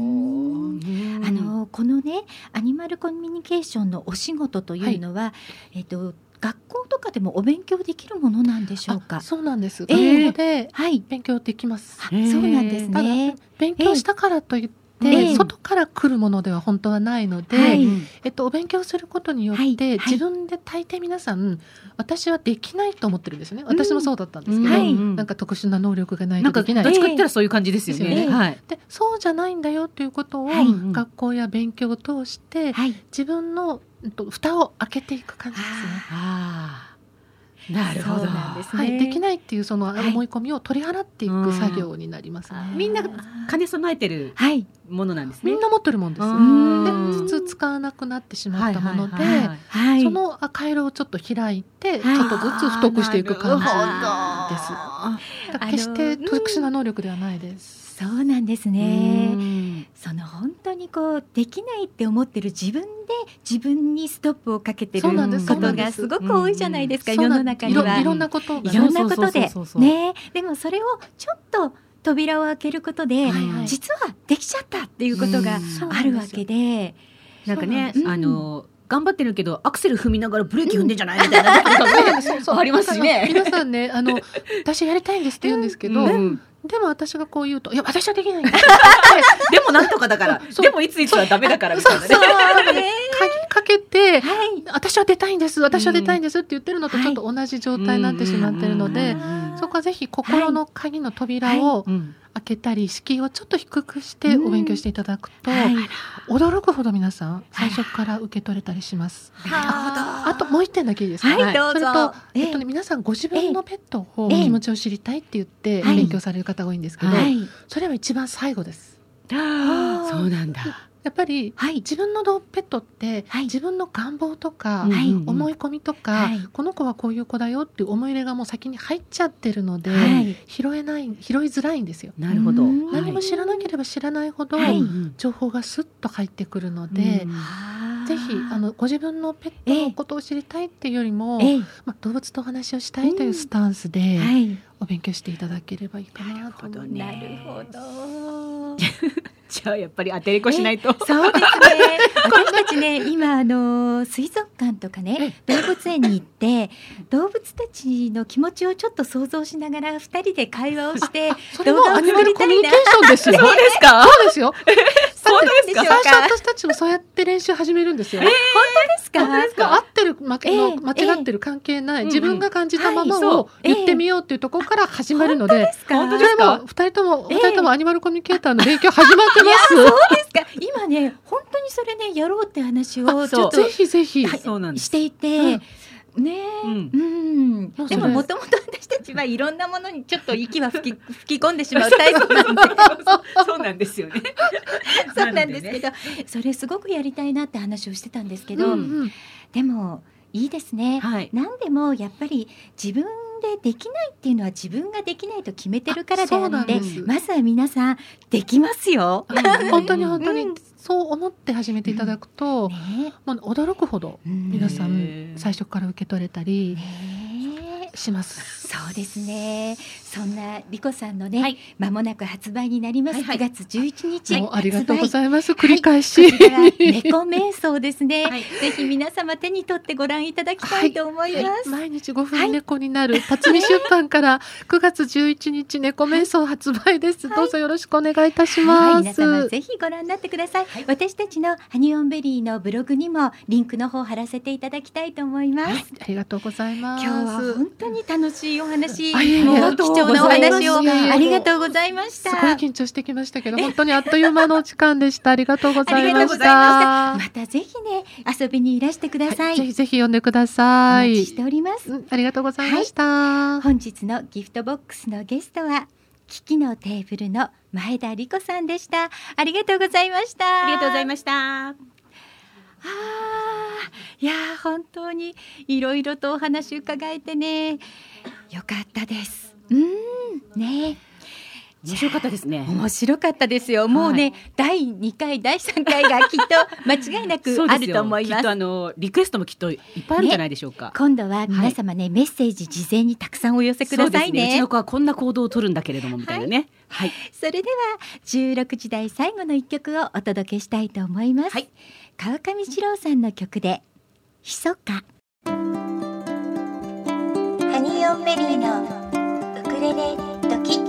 このねアニマルコミュニケーションのお仕事というのは、学校とかでもお勉強できるものなんでしょうか。 そうなんです。学校で勉強できます。 そうなんですね。 勉強したからといって外から来るものでは本当はないので、お勉強することによって自分で大抵皆さん私はできないと思ってるんですよね。私もそうだったんですけど、なんか特殊な能力がないとできない。 どっちか言ったらそういう感じですよね。 でそうじゃないんだよということを学校や勉強を通して自分の蓋を開けていく感じですね。 なるほど。 できないっていうその思い込みを取り払っていく作業になりますね。 みんな兼ね備えてるものなんですね。 みんな持ってるもんです。で普通使わなくなってしまったもので、その回路をちょっと開いてちょっとずつ太くしていく感じです。だから決して特殊な能力ではないです。 そうなんですね。その本当にこうできないって思ってる自分で自分にストップをかけてることがすごく多いじゃないですか。世の中にはいろんなことでね。でもそれをちょっと扉を開けることで実はできちゃったっていうことがあるわけで、 なんかね頑張ってるけどアクセル踏みながらブレーキ踏んでんじゃないみたいなことがありますしね。 皆さんね私やりたいんですって言うんですけど、でも私がこう言うと、いや私はできないんだでもなんとかだからでもいついつはダメだからみたいなね。 鍵かけて、私は出たいんです私は出たいんですって言ってるのとちょっと同じ状態になってしまってるので、そこはぜひ心の鍵の扉を開けたり敷居をちょっと低くしてお勉強していただくと、驚くほど皆さん最初から受け取れたりします。あともう一点だけいいですか。それと皆さんご自分のペットを気持ちを知りたいって言って勉強される方が多いんですけど、それは一番最後です。 そうなんだ。 やっぱり自分のペットって自分の願望とか思い込みとか、この子はこういう子だよっていう思い入れがもう先に入っちゃってるので、拾いづらいんですよ。 なるほど。 何も知らなければ知らないほど情報がスッと入ってくるので、ぜひご自分のペットのことを知りたいっていうよりも、動物とお話をしたいというスタンスでお勉強していただければいいかなと思います。 なるほど。 じゃあやっぱり当てれこしないと。 そうですね。私たちね今水族館とかね動物園に行って動物たちの気持ちをちょっと想像しながら2人で会話をして動画を作りたいな。 そうですよ。 そうですか。 そうですよ。 そうですか。 最初私たちもそうやって練習始めるんですよ。 本当ですか。 合ってる間違ってる関係ない、自分が感じたままを言ってみようっていうところから始まるので、 本当ですか。 2人ともアニマルコミュニケーターの勉強始まってます。 そうですか。今ね本当にそれねやろうって話をちょっとぜひぜひしていて。ねでももともと私たちはいろんなものにちょっと息は吹き込んでしまうタイプなんでそうなんですよね。 そうなんですけど、それすごくやりたいなって話をしてたんですけど、でもいいですね。何でもやっぱり自分でできないっていうのは自分ができないと決めてるからであって、まずは皆さんできますよ。 本当に本当にそう思って始めていただくと、もう驚くほど皆さん最初から受け取れたりします。 そうですね。そんなリコさんのね、間もなく発売になります。9月11日、 ありがとうございます。繰り返し、 こちら猫瞑想ですね。ぜひ皆様手に取ってご覧いただきたいと思います。 毎日5分猫になる辰巳出版から9月11日猫瞑想発売です。どうぞよろしくお願いいたします。 皆様ぜひご覧になってください。私たちのハニオンベリーのブログにもリンクの方貼らせていただきたいと思います。 ありがとうございます。 今日は本当に楽しいお話、貴重なお話をありがとうございました。 すごい緊張してきましたけど、本当にあっという間のお時間でした。ありがとうございました。 またぜひね、遊びにいらしてください。 ぜひぜひ呼んでください。 お待ちしております。 ありがとうございました。 本日のギフトボックスのゲストはキキのテーブルの前田理子さんでした。ありがとうございました。 ありがとうございました。 いや本当にいろいろとお話伺えてね、よかったです。ね、 面白かったですね。 面白かったですよ。もうね、第2回第3回がきっと間違いなくあると思います。 きっとリクエストもきっといっぱいあるんじゃないでしょうか。 今度は皆様ね、メッセージ事前にたくさんお寄せくださいね。 うちの子はこんな行動を取るんだけれどもみたいなね。 それでは16時台最後の一曲をお届けしたいと思います。川上史郎さんの曲でひそか。 ハニーオンベリーのウクレレドキ。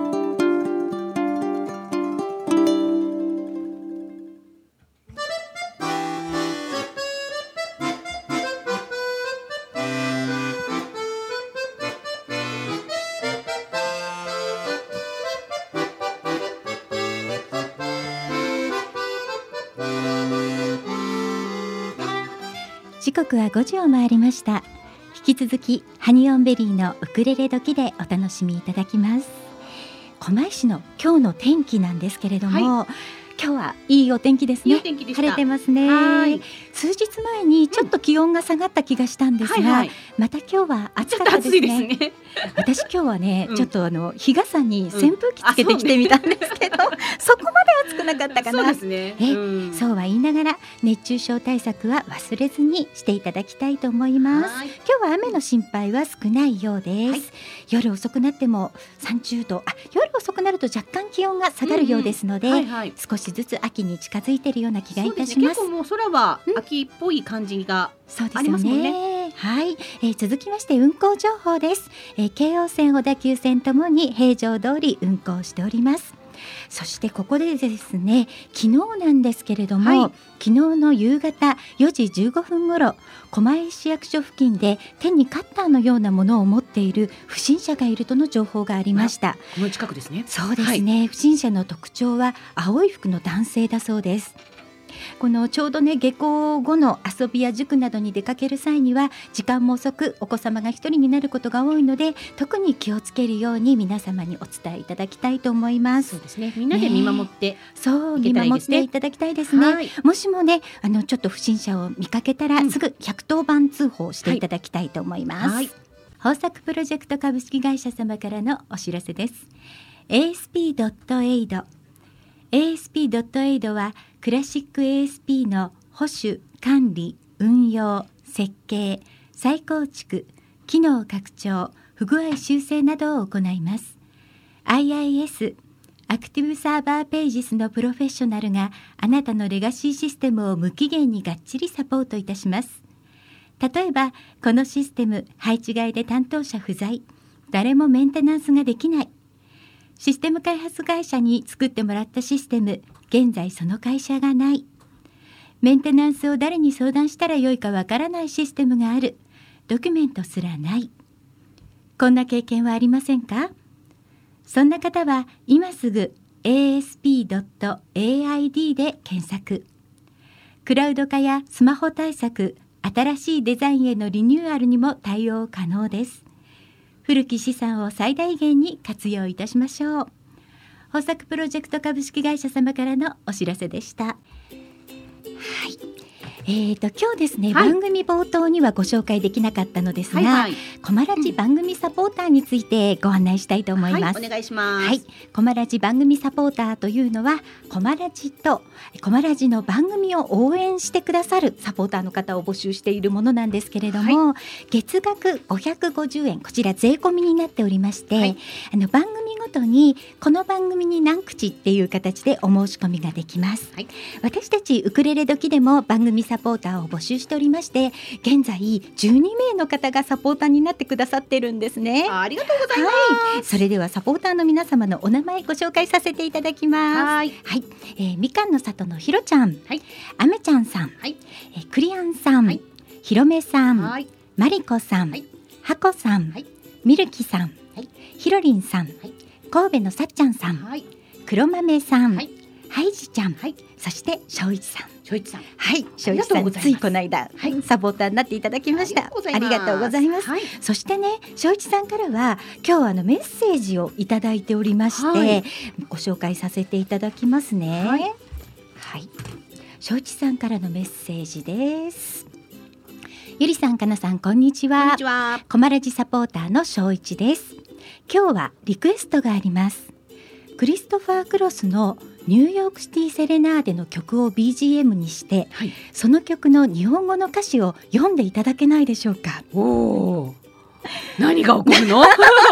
時刻は5時を回りました。引き続きハニオンベリーのウクレレ時でお楽しみいただきます。狛江市の今日の天気なんですけれども、今日はいいお天気ですね。晴れてますね。数日前にちょっと気温が下がった気がしたんですが、また今日は暑かったですね。私今日はね、ちょっと日傘に扇風機つけてきてみたんですけど、そこまで暑くなかったかな。そうは言いながら熱中症対策は忘れずにしていただきたいと思います。今日は雨の心配は少ないようです。夜遅くなっても30度、夜遅くなると若干気温が下がるようですので、少しずつ秋に近づいているような気がいたします。 結構もう空は秋っぽい感じがありますもんね。 続きまして運行情報です。京王線、小田急線ともに平常通り運行しております。そしてここでですね、昨日なんですけれども、昨日の夕方4時15分ごろ、狛江市役所付近で手にカッターのようなものを持っている不審者がいるとの情報がありました。 この近くですね。 そうですね、不審者の特徴は青い服の男性だそうです。このちょうどね、下校後の遊びや塾などに出かける際には時間も遅くお子様が一人になることが多いので、特に気をつけるように皆様にお伝えいただきたいと思います。 そうですね、みんなで見守って、 見守っていただきたいですね。もしもね、ちょっと不審者を見かけたら、すぐ110番通報していただきたいと思います。豊作プロジェクト株式会社様からのお知らせです。 ASP.AID はクラシック ASP の保守、管理、運用、設計、再構築、機能拡張、不具合修正などを行います。 IIS アクティブサーバーページスのプロフェッショナルがあなたのレガシーシステムを無期限にがっちりサポートいたします。例えばこのシステム配置外で担当者不在、誰もメンテナンスができない、システム開発会社に作ってもらったシステム、現在その会社がない、メンテナンスを誰に相談したらよいかわからないシステムがある、ドキュメントすらない、こんな経験はありませんか？そんな方は今すぐ asp.aid で検索。クラウド化やスマホ対策、新しいデザインへのリニューアルにも対応可能です。古き資産を最大限に活用いたしましょう。豊作プロジェクト株式会社様からのお知らせでした。 今日ですね、番組冒頭にはご紹介できなかったのですが、コマラジ番組サポーターについてご案内したいと思います。 お願いします。 コマラジ番組サポーターというのは、コマラジとコマラジの番組を応援してくださるサポーターの方を募集しているものなんですけれども、月額550円、こちら税込みになっておりまして、番組ごとにこの番組に何口っていう形でお申し込みができます。私たちウクレレ時でも番組サポーターを募集しておりまして、現在12名の方がサポーターになってくださってるんですね。 ありがとうございます。 それではサポーターの皆様のお名前ご紹介させていただきます。みかんの里のひろちゃん、あめちゃんさん、クリアンさん、ひろめさん、まりこさん、はこさん、みるきさん、ひろりんさん、神戸のさっちゃんさん、黒豆さん、はいじちゃん、そして正一さん。正一さん、ついこの間、サポーターになっていただきました。ありがとうございます。そしてね、正一さんからは今日メッセージをいただいておりまして、ご紹介させていただきますね。正一さんからのメッセージです。ゆりさん、かなさん、こんにちは。コマラジサポーターの正一です。今日はリクエストがあります。クリストファー・クロスのニューヨークシティセレナーデの曲を BGM にして、その曲の日本語の歌詞を読んでいただけないでしょうか。 何が起こるの？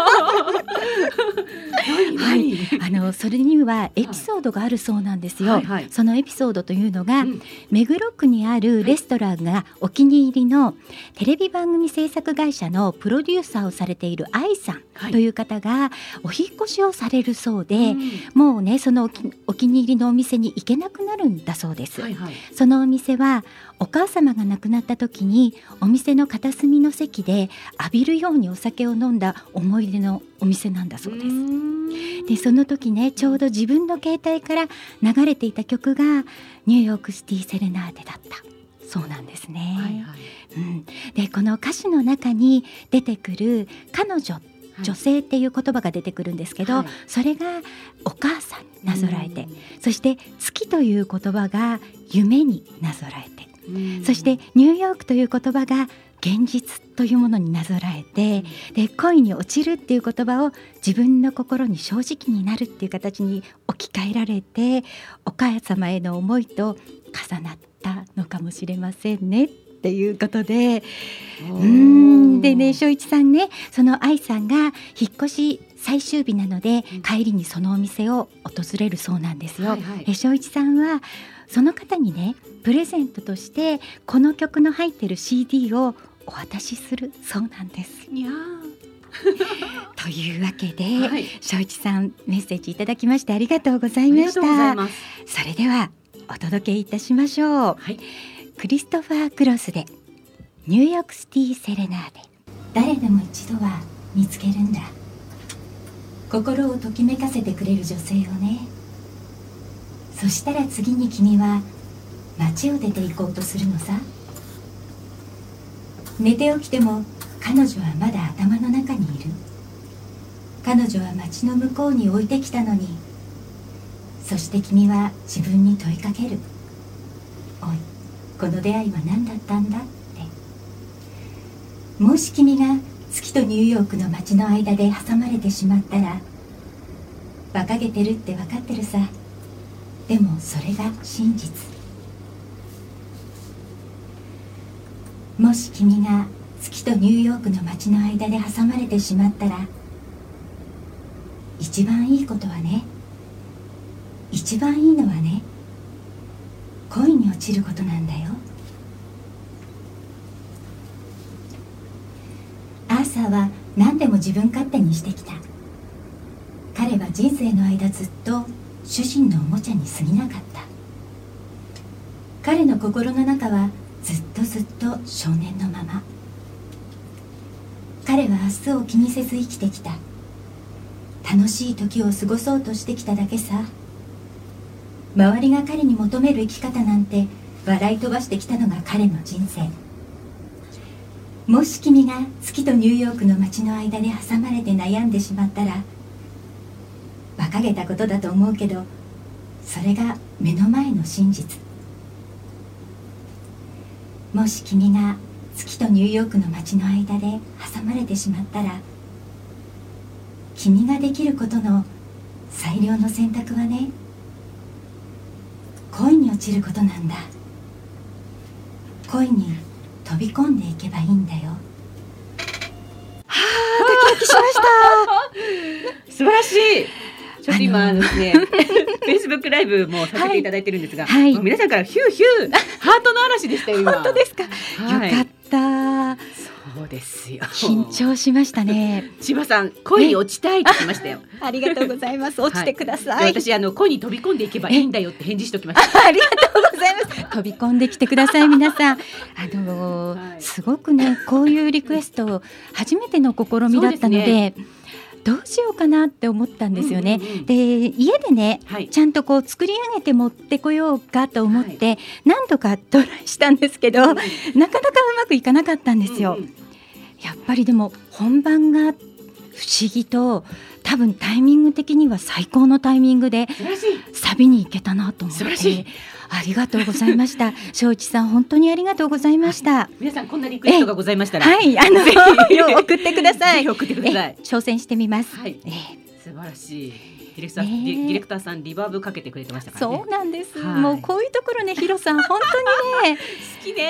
それにはエピソードがあるそうなんですよ。そのエピソードというのが、目黒区にあるレストランがお気に入りのテレビ番組制作会社のプロデューサーをされている愛さんという方がお引越しをされるそうで、もうね、そのお気に入りのお店に行けなくなるんだそうです。そのお店はお母様が亡くなった時にお店の片隅の席で浴びるようにお酒を飲んだ思い出のお店なんだそうです。で、その時ね、ちょうど自分の携帯から流れていた曲がニューヨークシティセレナーデだったそうなんですね。で、この歌詞の中に出てくる彼女、女性っていう言葉が出てくるんですけど、それがお母さんになぞらえて、そして月という言葉が夢になぞらえて、そしてニューヨークという言葉が現実というものになぞらえて、で、恋に落ちるっていう言葉を自分の心に正直になるっていう形に置き換えられて、お母様への思いと重なったのかもしれませんねっていうことで、でね、正一さんね、その愛さんが引っ越し最終日なので、帰りにそのお店を訪れるそうなんですよ。正一さんはその方にね、プレゼントとしてこの曲の入っている CD をお渡しするそうなんです。というわけで、正一さん、メッセージいただきましてありがとうございました。それではお届けいたしましょう。クリストファー・クロスでニューヨークシティセレナーデ。誰でも一度は見つけるんだ、心をときめかせてくれる女性をね。そしたら次に君は街を出て行こうとするのさ。寝て起きても彼女はまだ頭の中にいる。彼女は街の向こうに置いてきたのに。そして君は自分に問いかける。おい、この出会いは何だったんだって。もし君が月とニューヨークの街の間で挟まれてしまったら、馬鹿げてるって分かってるさ。でもそれが真実。もし君が月とニューヨークの街の間で挟まれてしまったら、一番いいことはね、一番いいのはね、恋に落ちることなんだよ。アーサーは何でも自分勝手にしてきた。彼は人生の間ずっと主人のおもちゃに過ぎなかった。彼の心の中はずっと少年のまま。彼は明日を気にせず生きてきた。楽しい時を過ごそうとしてきただけさ。周りが彼に求める生き方なんて笑い飛ばしてきたのが彼の人生。もし君が月とニューヨークの街の間で挟まれて悩んでしまったら、馬鹿げたことだと思うけど、それが目の前の真実。 もし君が月とニューヨークの街の間で挟まれてしまったら、君ができることの最良の選択はね、恋に落ちることなんだ。恋に飛び込んでいけばいいんだよ。 はあ、ドキドキしました素晴らしい。ちょっと今ですね、Facebook ライブもさせていただいてるんですが、はい、皆さんからヒューヒューハートの嵐でしたよ今。 本当ですか、はい、よかった。 そうですよ。 緊張しましたね。 千葉さん、恋に落ちたいって言いましたよ。 ありがとうございます。落ちてください。 はい、私恋に飛び込んでいけばいいんだよって返事しておきました。 ありがとうございます。飛び込んできてください皆さん。はい、すごくね、こういうリクエスト初めての試みだったので。どうしようかなって思ったんですよね。で、家でね、はい、ちゃんとこう作り上げて持ってこようかと思って、はい、何度かトライしたんですけど、なかなかうまくいかなかったんですよ。やっぱりでも本番が不思議と多分タイミング的には最高のタイミングでサビに行けたなと思って、ありがとうございました。正一さん、本当にありがとうございました。はい、 皆さん、こんなリクエストがございましたら、 はい、送ってください。 ぜひ送ってください。 挑戦してみます。 はい、素晴らしい。ディレクターさんリバーブかけてくれてましたからね。 そうなんです。もうこういうところね、ヒロさん本当にね好きね。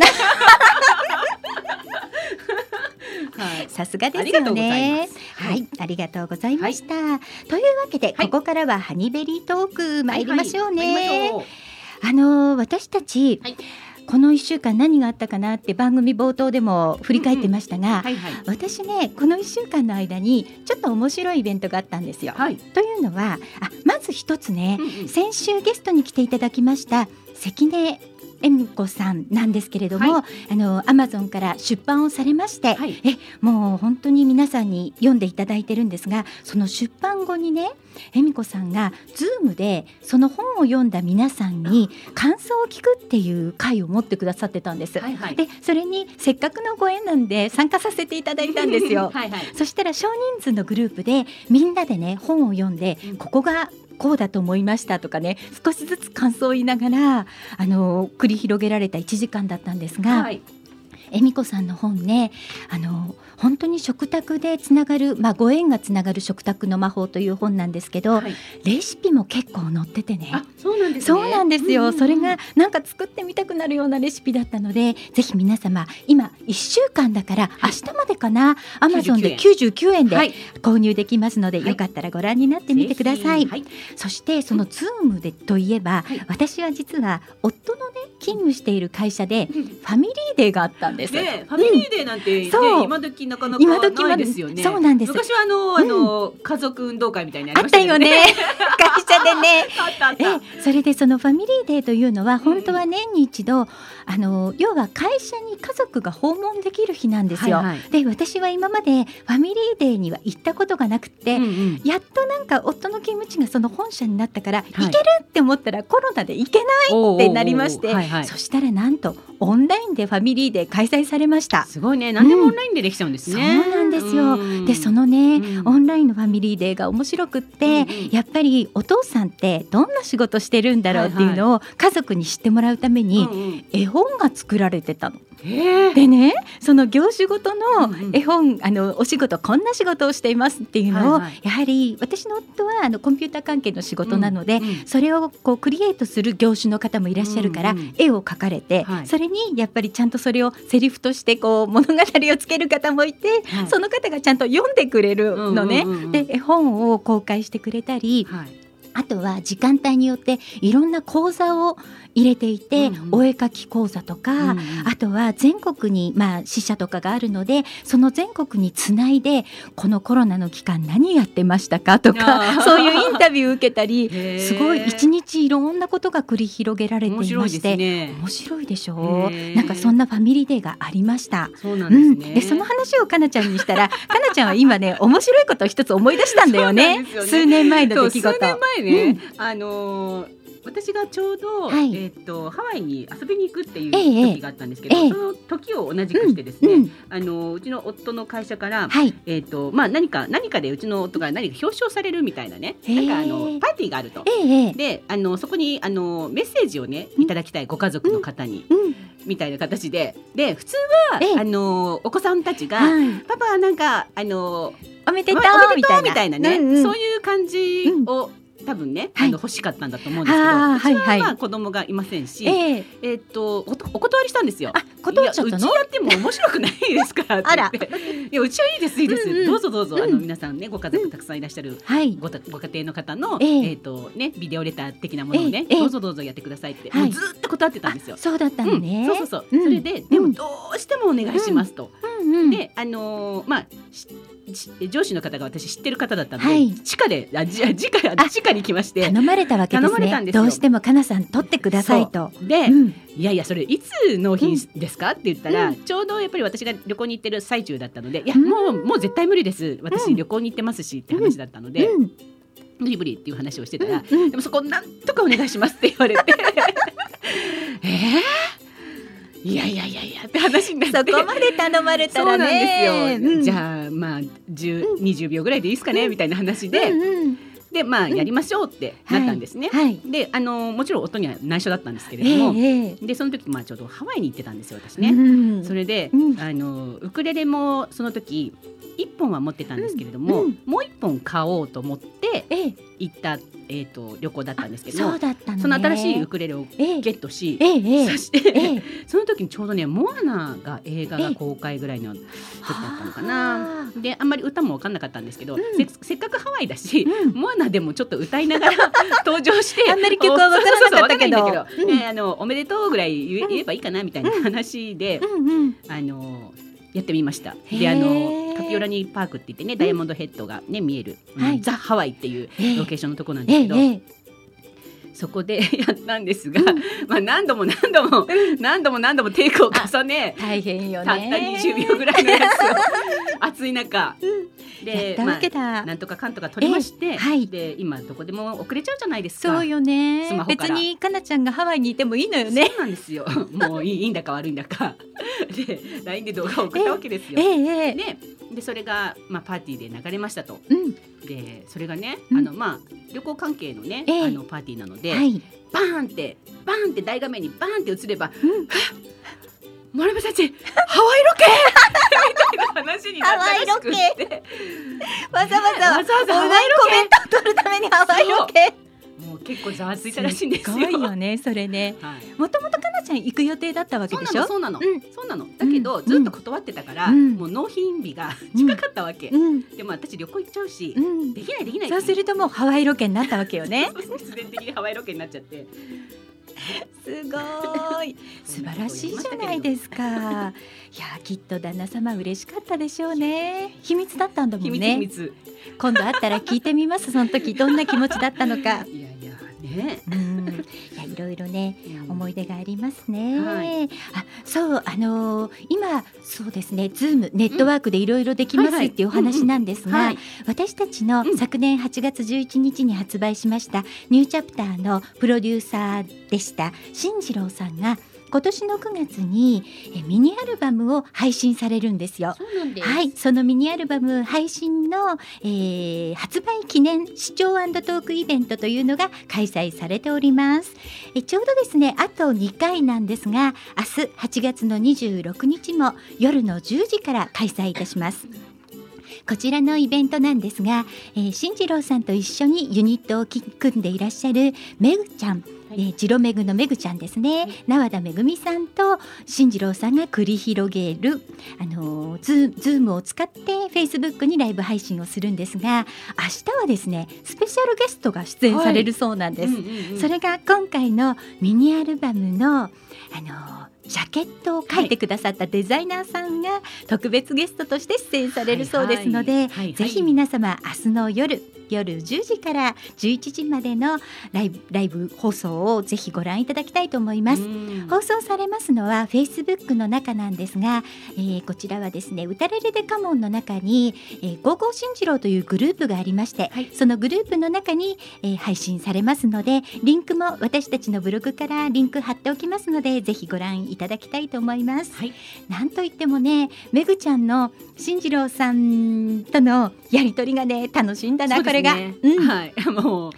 さすがですよね。はい、ありがとうございました。というわけで、ここからはハニベリートーク参りましょうね。私たち、この1週間何があったかなって番組冒頭でも振り返ってましたが、私ね、この1週間の間にちょっと面白いイベントがあったんですよ。というのは、まず一つね、先週ゲストに来ていただきました関根恵美子さんなんですけれども、Amazon から出版をされまして、もう本当に皆さんに読んでいただいてるんですが、その出版後にね、恵美子さんが Zoom でその本を読んだ皆さんに感想を聞くっていう会を持ってくださってたんです。で、それにせっかくのご縁なんで参加させていただいたんですよ。そしたら少人数のグループでみんなでね、本を読んで、ここがこうだと思いましたとかね、少しずつ感想を言いながら繰り広げられた1時間だったんですが、恵美子さんの本ね、本当に食卓でつながる、ご縁がつながる食卓の魔法という本なんですけど、レシピも結構載っててね。 そうなんですね。 そうなんですよ。それがなんか作ってみたくなるようなレシピだったので、ぜひ皆様、今1週間だから明日までかな、Amazon で99円で購入できますので、よかったらご覧になってみてください。そしてその Zoom でといえば、私は実は夫のね、勤務している会社でファミリーデーがあったんです。 ファミリーデーなんて、今時なかなかないですよね。 そうなんです。 昔は家族運動会みたいなのありましたよね。 あったよね。会社でね。それでそのファミリーデーというのは本当は年に一度、要は会社に家族が訪問できる日なんですよ。で、私は今までファミリーデーには行ったことがなくて、やっとなんか夫の勤務地がその本社になったから、行けるって思ったらコロナで行けないってなりまして、そしたらなんとオンラインでファミリーデー開催されました。 すごいね。何でもオンラインでできちゃうんですね。 そうなんですよ。で、そのね、オンラインのファミリーデーが面白くって、やっぱりお父さんってどんな仕事してるんだろうっていうのを家族に知ってもらうために絵本が作られてたの。でね、その業種ごとの絵本、お仕事、こんな仕事をしていますっていうのを、やはり私の夫はコンピューター関係の仕事なので、それをこうクリエイトする業種の方もいらっしゃるから、絵を描かれて、それにやっぱりちゃんとそれをセリフとしてこう物語をつける方もいて、その方がちゃんと読んでくれるのね。で、絵本を公開してくれたり、あとは時間帯によっていろんな講座を入れていて、お絵描き講座とか、あとは全国に支社とかがあるので、その全国につないでこのコロナの期間何やってましたかとか、そういうインタビュー受けたり、すごい一日いろんなことが繰り広げられていまして、面白いでしょう。なんかそんなファミリーデーがありました。 そうなんですね。 で、その話をかなちゃんにしたら、かなちゃんは今ね、面白いことを一つ思い出したんだよね。数年前の出来事。 数年前ね、私がちょうど、ハワイに遊びに行くっていう時があったんですけど、その時を同じくしてですね、うちの夫の会社から、何かでうちの夫が何か表彰されるみたいなね、なんかパーティーがあると、でそこにメッセージをねいただきたいご家族の方に、 みたいな形で普通はお子さんたちが、パパなんかおめでとうみたいなね、そういう感じを多分ね、欲しかったんだと思うんですけど、うちはまあ子供がいませんし、お断りしたんですよ。 断っちゃったの？ うちやっても面白くないですからって言って、いやうちはいいです、どうぞどうぞ、皆さんねご家族たくさんいらっしゃるご家庭の方のビデオレター的なものをね、どうぞどうぞやってくださいって、もうずっと断ってたんですよ。 そうだったのね。 そう、それででもどうしてもお願いしますと。でまあ上司の方が私知ってる方だったので、地下に来まして頼まれたわけですね。どうしてもかなさん取ってくださいと。 で、いやいやそれいつ納品ですかって言ったら、ちょうどやっぱり私が旅行に行ってる最中だったので、いやもう絶対無理です、私旅行に行ってますしって話だったので、無理っていう話をしてたら、でもそこなんとかお願いしますって言われていやって話になって、 そこまで頼まれたらね。 そうなんですよ、じゃあまあ20秒ぐらいでいいですかねみたいな話で、でまあやりましょうってなったんですね。でもちろん音には内緒だったんですけれども、でその時ちょうどハワイに行ってたんですよ私ね。それでウクレレもその時1本は持ってたんですけれども、もう1本買おうと思って行った旅行だったんですけども、その新しいウクレレをゲットし、そしてその時にちょうどねモアナが映画が公開ぐらいの時だったのかな。であんまり歌も分かんなかったんですけど、せっかくハワイだし、モアナでもちょっと歌いながら登場してあんまり曲は分からなかったけど、 おめでとうぐらい言えばいいかなみたいな話でやってみました。でカピオラニーパークって言ってね、ダイヤモンドヘッドがね見える、ザ・ハワイっていうロケーションのとこなんですけど、そこでやったんですが、何度もテイクを重ね、 大変よね、 たった20秒ぐらいのやつを暑い中でなんとかかんとか取りまして、で今どこでも送れちゃうじゃないですか。 そうよね、 スマホから。 別にかなちゃんがハワイにいてもいいのよね。 そうなんですよ、もういいんだか悪いんだかで LINE で動画を送ったわけですよ。でそれがパーティーで流れましたと。でそれがね旅行関係のねパーティーなので、バーンって大画面にバーンって映れば、森部たちハワイロケみたいな話になったらしくってわざわざハワイコメントを取るためにハワイロケ、 もう結構ざわついたらしいんですよ。 すごいよねそれね。もともとかなちゃん行く予定だったわけでしょ。 そうなのだけどずっと断ってたから、もう納品日が近かったわけ。でも私旅行行っちゃうし、できないそうするともうハワイロケになったわけよね。 必然的にハワイロケになっちゃってすごい素晴らしいじゃないですか。いやきっと旦那様嬉しかったでしょうね。秘密だったんだもんね。 秘密今度会ったら聞いてみます。その時どんな気持ちだったのか。 いやね、 いろいろね、思い出がありますね。そう今そうですね、ズームネットワークでいろいろできますっていうお話なんですが、私たちの昨年8月11日に発売しましたニューチャプターのプロデューサーでした進次郎さんが今年の9月にミニアルバムを配信されるんですよ。 そうなんです。 そのミニアルバム配信の、発売記念視聴&トークイベントというのが開催されております。ちょうどですねあと2回なんですが、明日8月の26日も夜の10時から開催いたします。こちらのイベントなんですが、進次郎さんと一緒にユニットを組んでいらっしゃるめぐちゃん、ジロめぐのめぐちゃんですね、縄田めぐみさんと進次郎さんが繰り広げるズームを使ってフェイスブックにライブ配信をするんですが、明日はですねスペシャルゲストが出演されるそうなんです。それが今回のミニアルバムのジャケットを描いてくださったデザイナーさんが特別ゲストとして出演されるそうですので、ぜひ皆様明日の夜10時から11時までのライブ放送をぜひご覧いただきたいと思います。放送されますのは Facebook の中なんですが、こちらはですね歌れれでカモンの中にゴーゴー進次郎というグループがありまして、そのグループの中に、配信されますので、リンクも私たちのブログからリンク貼っておきますのでぜひご覧いただきたいと思います。なんといってもね、めぐちゃんの進次郎さんとのやりとりがね楽しいんだな、これが。 もう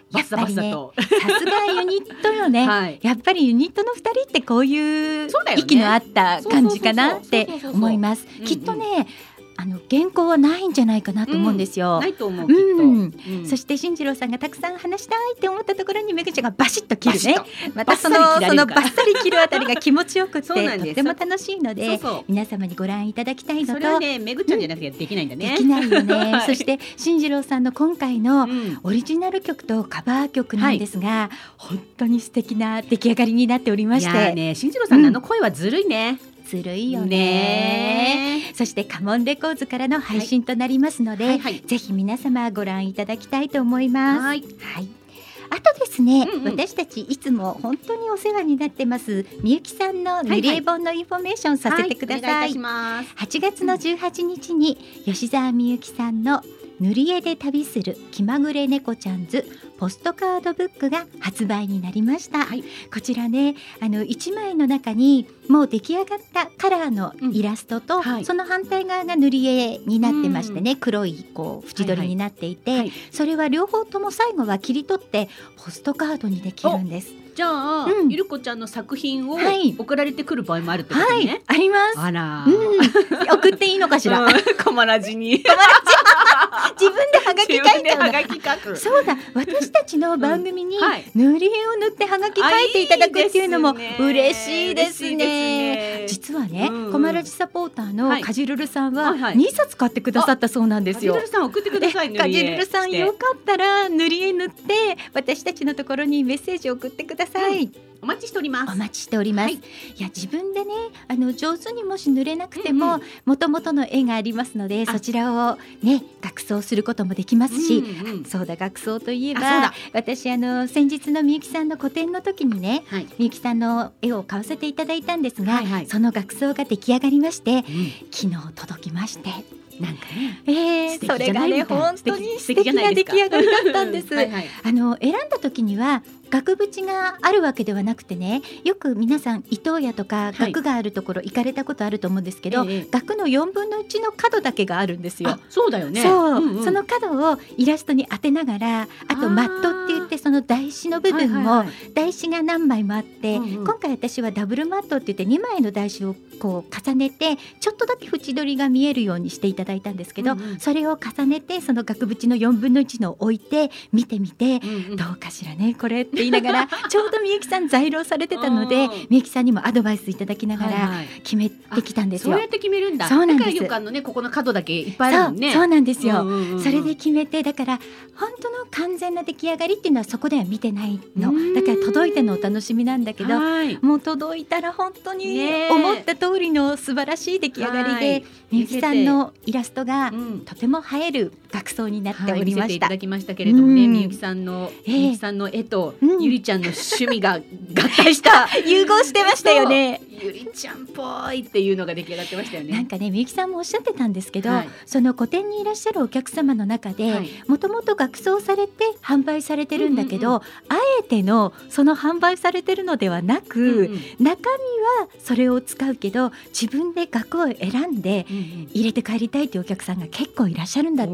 バサバサと、 さすがユニットよね、はい、やっぱりユニットの2人ってこういう息の合った感じかなって思います。きっとね、原稿はないんじゃないかなと思うんですよ。 ないと思う、きっと。そして進次郎さんがたくさん話したいって思ったところにめぐちゃんがバシッと切るね。またそのバッサリ切るあたりが気持ちよくてとっても楽しいので、皆様にご覧いただきたいのと、それはね、めぐちゃんじゃなくてできないんだね。 できないよね。そして進次郎さんの今回のオリジナル曲とカバー曲なんですが、本当に素敵な出来上がりになっておりまして、いやね、進次郎さんの声はずるいね。 ずるいよね。そしてカモンレコーズからの配信となりますので、ぜひ皆様ご覧いただきたいと思います。はい。あとですね、私たちいつも本当にお世話になってますみゆきさんの塗り絵本のインフォメーションさせてください。8月の18日に吉澤みゆきさんの塗り絵で旅する気まぐれ猫ちゃんズポストカードブックが発売になりました。こちらね、1枚の中にもう出来上がったカラーのイラストと、その反対側が塗り絵になってましてね、黒いこう縁取りになっていて、それは両方とも最後は切り取ってポストカードにできるんです。 じゃあ、ゆるこちゃんの作品を送られてくる場合もあるってことね。 あります。 あら、 送っていいのかしら。 コマラジに自分でハガキ書いちゃうの。 そうだ、私たちの番組に塗り絵を塗ってハガキ書いていただくっていうのも嬉しいですね。実はね、コマラジサポーターのカジルルさんは2冊買ってくださったそうなんですよ。 カジルルさん送ってください。 カジルルさんよかったら塗り絵塗って私たちのところにメッセージを送ってください。 お待ちしております。 お待ちしております。いや、自分でね、上手にもし塗れなくても、元々の絵がありますので、そちらをね、額装することもできますし、そうだ、額装といえば、私先日のみゆきさんの個展の時にね、みゆきさんの絵を買わせていただいたんですが、その額装が出来上がりまして、昨日届きまして。 なんかね、 それがね、本当に素敵な出来上がりだったんです。選んだ時には額縁があるわけではなくてね、よく皆さん伊東屋とか額があるところ行かれたことあると思うんですけど、額の4分の1の角だけがあるんですよ。 そうだよね。 そう、その角をイラストに当てながら、あとマットって言ってその台紙の部分も台紙が何枚もあって、今回私はダブルマットって言って2枚の台紙をこう重ねてちょっとだけ縁取りが見えるようにしていただいたんですけど、それを重ねてその額縁の4分の1のを置いて見てみて、どうかしらねこれって言いながらちょうどみゆきさん在廊されてたので、みゆきさんにもアドバイスいただきながら決めてきたんですよ。 そうやって決めるんだ。 そうなんです。 だからよくここの角だけいっぱいあるもんね。 そうなんですよ。それで決めて、だから本当の完全な出来上がりっていうのはそこでは見てないの。だから届いてのお楽しみなんだけど、もう届いたら本当に思った通りの素晴らしい出来上がりで、みゆきさんのイラストがとても映える額装になっておりました。 見せていただきましたけれどもね、みゆきさんの絵とゆりちゃんの趣味が合体した融合してましたよね。 ゆりちゃんっぽいっていうのが出来上がってましたよね。 なんかね、みゆきさんもおっしゃってたんですけど、その個展にいらっしゃるお客様の中でもともと額装されて販売されてるんだけど、あえてのその販売されてるのではなく、中身はそれを使うけど自分で額を選んで入れて帰りたいというお客さんが結構いらっしゃるんだって。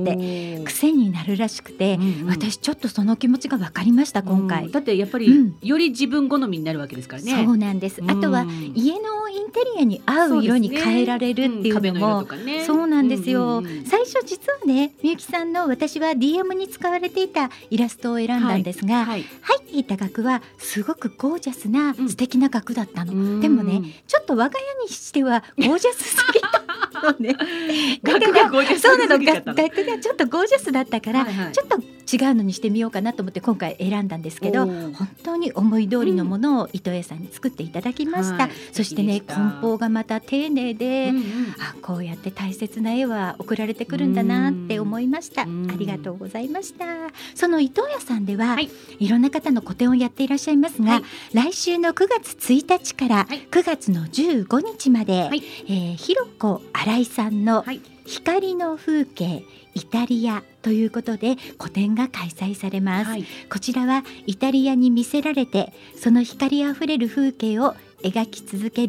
癖になるらしくて、私ちょっとその気持ちが分かりました今回。 だってやっぱり、より自分好みになるわけですからね。 そうなんです。あとは家のインテリアに合う色に変えられるっていうのも、そうなんですよ。最初実はね、みゆきさんの私は DM に使われていたイラストを選んだんですが、入っていた額はすごくゴージャスな素敵な額だったの。でもね、ちょっと我が家にしてはゴージャスすぎたのね。 額がゴージャスそうなの、額がちょっとゴージャスだったから、ちょっと違うのにしてみようかなと思って今回選んだんですけど、本当に思い通りのものを糸屋さんに作っていただきました。そしてね、梱包がまた丁寧で、こうやって大切な絵は送られてくるんだなって思いました。ありがとうございました。その糸屋さんでは、いろんな方の個展をやっていらっしゃいますが、来週の9月1日から9月の15日まで、ひろこ新井さんの光の風景イタリアということで個展が開催されます。こちらはイタリアに魅せられてその光あふれる風景を描き続ける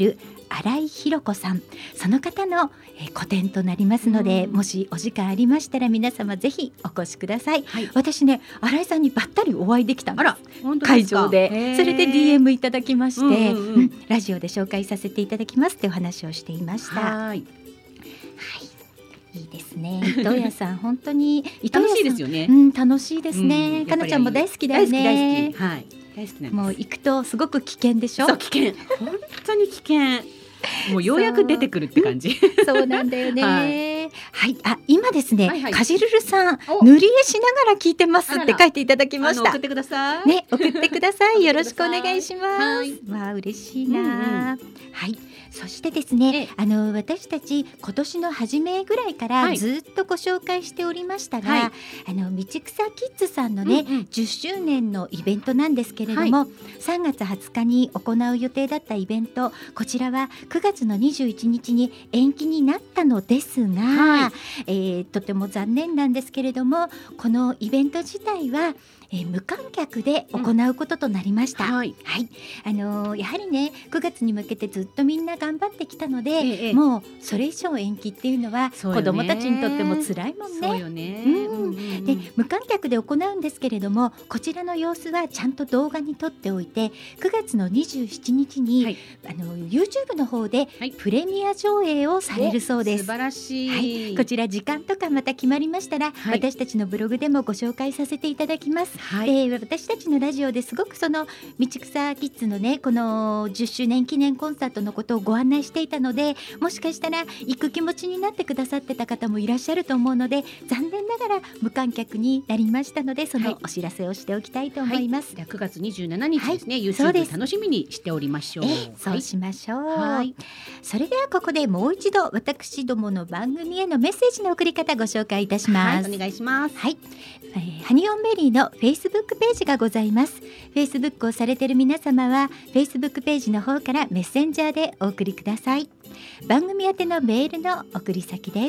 新井弘子さん、その方の個展となりますので、もしお時間ありましたら皆様ぜひお越しください。私ね、新井さんにばったりお会いできたんです。会場で。それで DM いただきまして、ラジオで紹介させていただきますってお話をしていました。はい、いいですね。伊藤屋さん本当に楽しいですよね。 楽しいですね。かなちゃんも大好きだよね。 大好きなんです。 もう行くとすごく危険でしょ。 そう、危険。本当に危険。もうようやく出てくるって感じ。 そうなんだよね。はい、今ですね、かじるるさん、塗り絵しながら聞いてますって書いていただきました。 送ってください。 ね、送ってください。よろしくお願いします。わあ、嬉しいな。はい。そしてですね、私たち今年の初めぐらいからずっとご紹介しておりましたが、道草キッズさんのね、10周年のイベントなんですけれども、3月20日に行う予定だったイベント、こちらは9月の21日に延期になったのですが、とても残念なんですけれども、このイベント自体は無観客で行うこととなりました。やはりね、9月に向けてずっとみんな頑張ってきたので、もうそれ以上延期っていうのは子どもたちにとっても辛いもんね。 そうよね。 で、無観客で行うんですけれども、こちらの様子はちゃんと動画に撮っておいて、9月の27日に、YouTube の方でプレミア上映をされるそうです。 素晴らしい。 こちら時間とかまた決まりましたら、私たちのブログでもご紹介させていただきます。私たちのラジオですごくその道草キッズのね、この10周年記念コンサートのことをご案内していたので、もしかしたら行く気持ちになってくださってた方もいらっしゃると思うので、残念ながら無観客になりましたので、そのお知らせをしておきたいと思います。 9月27日ですね。YouTube 楽しみにしておりましょう。 そうしましょう。それではここでもう一度私どもの番組へのメッセージの送り方ご紹介いたします。 お願いします。 ハニオンベリーのFacebook ページがございます。 Facebook をされている皆様は Facebook ページの方からメッセンジャーでお送りください。番組宛てのメールの送り先です。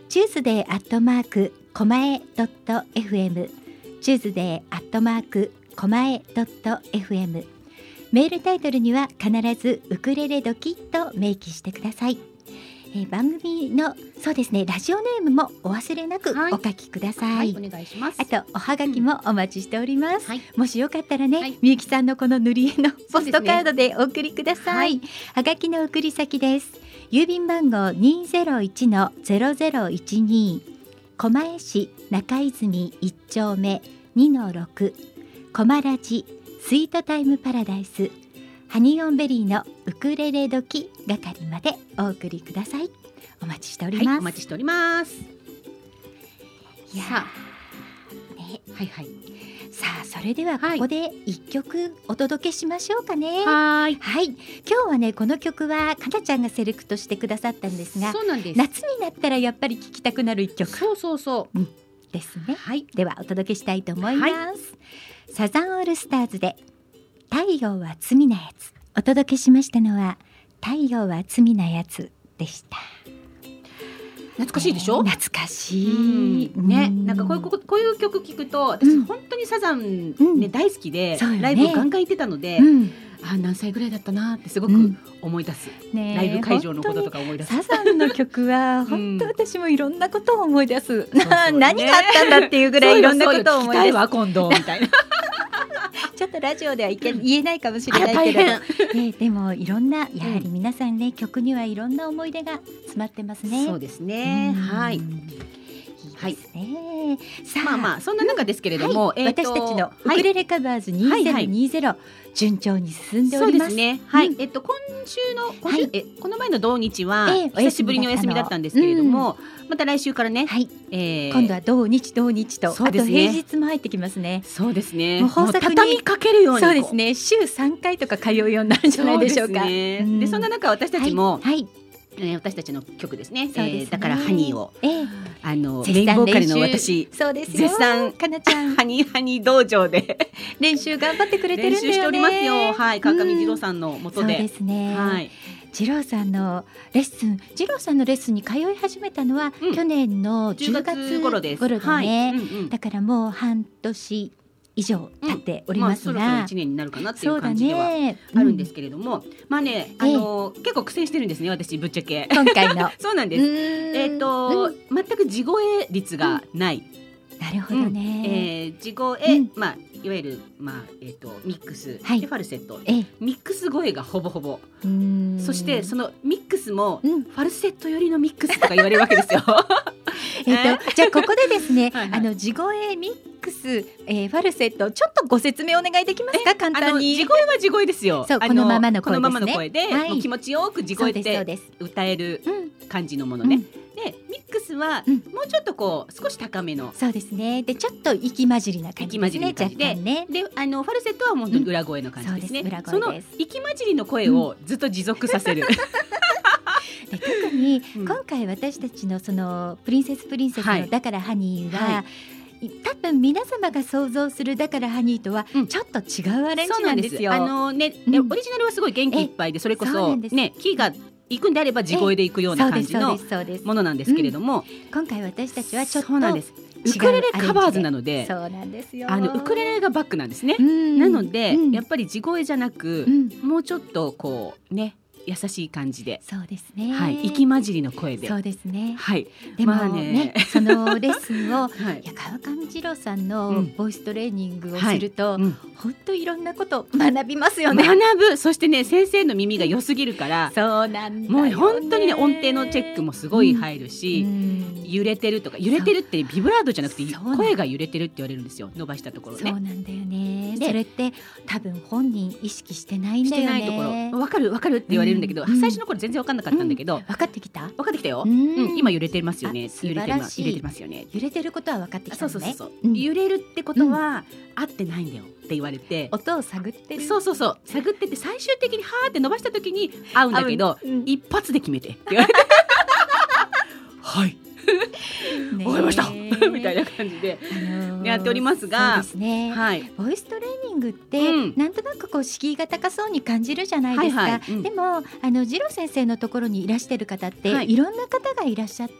Tuesday@komae.fm Tuesday@komae.fm メールタイトルには必ずウクレレドキと明記してください。番組のそうですね、ラジオネームもお忘れなくお書きください。 お願いします。 あとおはがきもお待ちしております。もしよかったらね、みゆきさんのこの塗り絵のポストカードでお送りください。はがきの送り先です。郵便番号 201-0012 狛江市中泉1丁目 2-6 狛ラジスイートタイムパラダイスハニオンベリーのウクレレ時係までお送りください。お待ちしております。 お待ちしております。 いやさあ、それではここで一曲お届けしましょうかね。今日はね、この曲はかなちゃんがセレクトしてくださったんですが、 そうなんです。 夏になったらやっぱり聴きたくなる一曲。 そうですね。ではお届けしたいと思います。サザンオールスターズで太陽は罪なやつ。お届けしましたのは太陽は罪なやつでした。 懐かしいでしょ。 懐かしいね。なんかこういう曲聞くと、私本当にサザンね大好きで、ライブガンガン行ってたので、何歳ぐらいだったなってすごく思い出す。ライブ会場のこととか思い出す。 サザンの曲は本当私もいろんなことを思い出す。何があったんだっていうぐらいいろんなことを思い出す。 今度みたいな。 ちょっとラジオでは言えないかもしれないけど、でもいろんな、やはり皆さんね、曲にはいろんな思い出が詰まってますね。 そうですね。 さあそんな中ですけれども、 私たちのウクレレカバーズ2020、順調に進んでおります。 そうですね。今週この前の土日は久しぶりにお休みだったんですけれども、また来週からね、今度は土日と、あと平日も入ってきますね。 そうですね。 もう畳みかけるように、 そうですね、週3回とか通うようになるんじゃないでしょうか。 で、そんな中私たちも私たちの曲ですね。だからハニーをメインボーカルの私、絶賛かなちゃんハニー道場で練習頑張ってくれてるんだよね。 練習しておりますよ。川上二郎さんの下で。 そうですね。二郎さんのレッスンに通い始めたのは去年の10月頃です。だからもう半年以上経っておりますが、 そろそろ1年になるかなっていう感じではあるんですけれども、まあね、結構苦戦してるんですね、私ぶっちゃけ今回のそうなんです。全く地声率がない。 なるほどね。 地声、いわゆる、ミックス、でファルセット、ミックス声がほぼほぼ。そしてそのミックスも、ファルセットよりのミックスとか言われるわけですよ。 じゃあここでですね、地声、ミックス、ファルセット、ちょっとご説明お願いできますか、簡単に。 地声は地声ですよ。 そう、このままの声ですね。 このままの声で、もう気持ちよく地声って歌える感じのものね。でミックスはもうちょっとこう少し高めの、 そうですね。でちょっと息混じりな感じですね。若干ね。 でファルセットは本当に裏声の感じですね。その息混じりの声をずっと持続させる。 で特に今回私たちのそのプリンセスのだからハニーは、多分皆様が想像するだからハニーとはちょっと違うアレンジなんですよ。 オリジナルはすごい元気いっぱいで、それこそね、キーが行くんであれば地声で行くような感じのものなんですけれども、 今回私たちはちょっとそうなんです。ウクレレカバーズなので、 そうなんですよ。 ウクレレがバックなんですね。なので、やっぱり地声じゃなく、もうちょっとこうね、優しい感じで、 そうですね。 はい、息混じりの声で、 そうですね。 はい。 でもね、そのレッスンを川上二郎さんのボイストレーニングをすると、本当いろんなこと学びますよね。 学ぶ。そしてね、先生の耳が良すぎるから、 そうなんだよね。 もう本当にね、音程のチェックもすごい入るし、揺れてるとか、揺れてるってビブラートじゃなくて声が揺れてるって言われるんですよ。伸ばしたところね。 そうなんだよね。それって多分本人意識してないんだよね。 してないところ。わかるって言われるんだけど、最初の頃全然分かんなかったんだけど、 分かってきたよ。今揺れてますよね。揺れてますよね。 揺れてることは分かってきたのね。 そう。揺れるってことは合ってないんだよって言われて、 音を探ってる。 そう探ってて、最終的にはーって伸ばした時に合うんだけど、一発で決めてって言われて、はい。わかりましたみたいな感じでやっておりますが、 そうですね。はい。ボイストレーニングってなんとなくこう敷居が高そうに感じるじゃないですか。でも次郎先生のところにいらしてる方っていろんな方がいらっしゃって、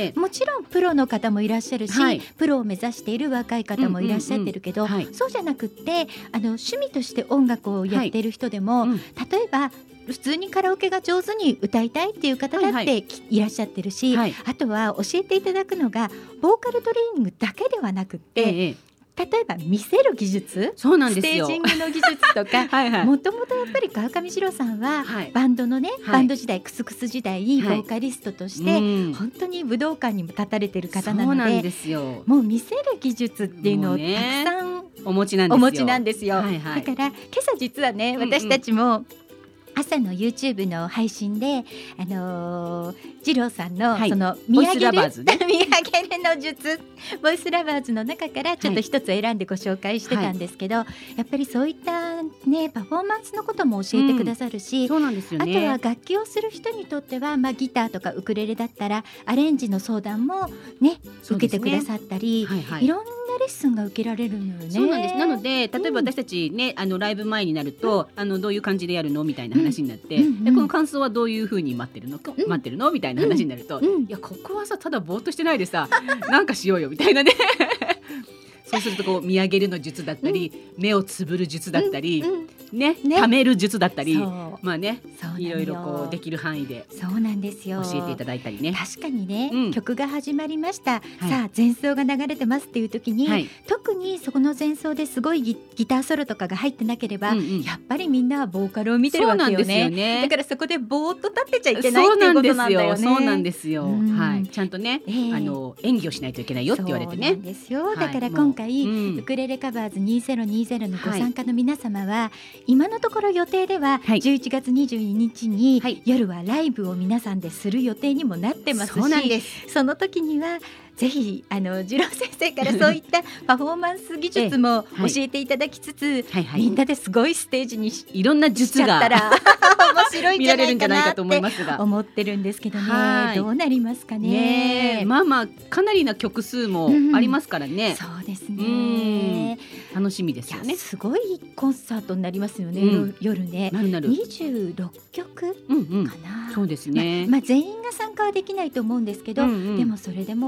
もちろんプロの方もいらっしゃるし、プロを目指している若い方もいらっしゃってるけど、そうじゃなくって趣味として音楽をやってる人でも、例えば普通にカラオケが上手に歌いたいっていう方だっていらっしゃってるし、あとは教えていただくのがボーカルトレーニングだけではなくって、例えば見せる技術、 そうなんですよ。 ステージングの技術とかもともとやっぱり川上二郎さんはバンドのね、バンド時代クスクス時代ボーカリストとして本当に武道館にも立たれてる方なので、 そうなんですよ。 もう見せる技術っていうのをたくさんお持ちなんですよ。だから今朝実はね、私たちも朝の YouTube の配信で二郎さんのその見上げるの術、ボイスラバーズの中からちょっと一つ選んでご紹介してたんですけど、やっぱりそういったねパフォーマンスのことも教えてくださるし、 そうなんですよね。 あとは楽器をする人にとっては、ギターとかウクレレだったらアレンジの相談もね受けてくださったり、いろんなレッスンが受けられるのよね。 そうなんです。なので例えば私たちね、ライブ前になると、どういう感じでやるのみたいな話になって、でこの感想はどういう風に待ってるのみたいな話になると、いやここはさただぼーっとしてないでさなんかしようよみたいなね。そうするとこう見上げるの術だったり、目をつぶる術だったり、ためる術だったり、まあね、いろいろこうできる範囲でそうなんですよ、 教えていただいたりね。 確かにね、曲が始まりました、さあ前奏が流れてますっていう時に、特にそこの前奏ですごいギターソロとかが入ってなければ、やっぱりみんなはボーカルを見てるわけよね。だからそこでぼーっと立ってちゃいけないっていうことなんだよね。 そうなんですよ。はい、ちゃんとね、演技をしないといけないよって言われてね。 そうなんですよ。だから今回、ウクレレカバーズ2020のご参加の皆様は、今のところ予定では11月22日に夜はライブを皆さんでする予定にもなってますし、 そうなんです。 その時にはぜひ次郎先生からそういったパフォーマンス技術も教えていただきつつ、みんなですごいステージにいろんな術が面白いんじゃないかなって思ってるんですけどね、どうなりますかね。 まあかなりな曲数もありますからね。 そうですね。 楽しみですよね。 すごいコンサートになりますよね、夜ね。26曲かな。 そうですね。 全員が参加はできないと思うんですけど、でもそれでも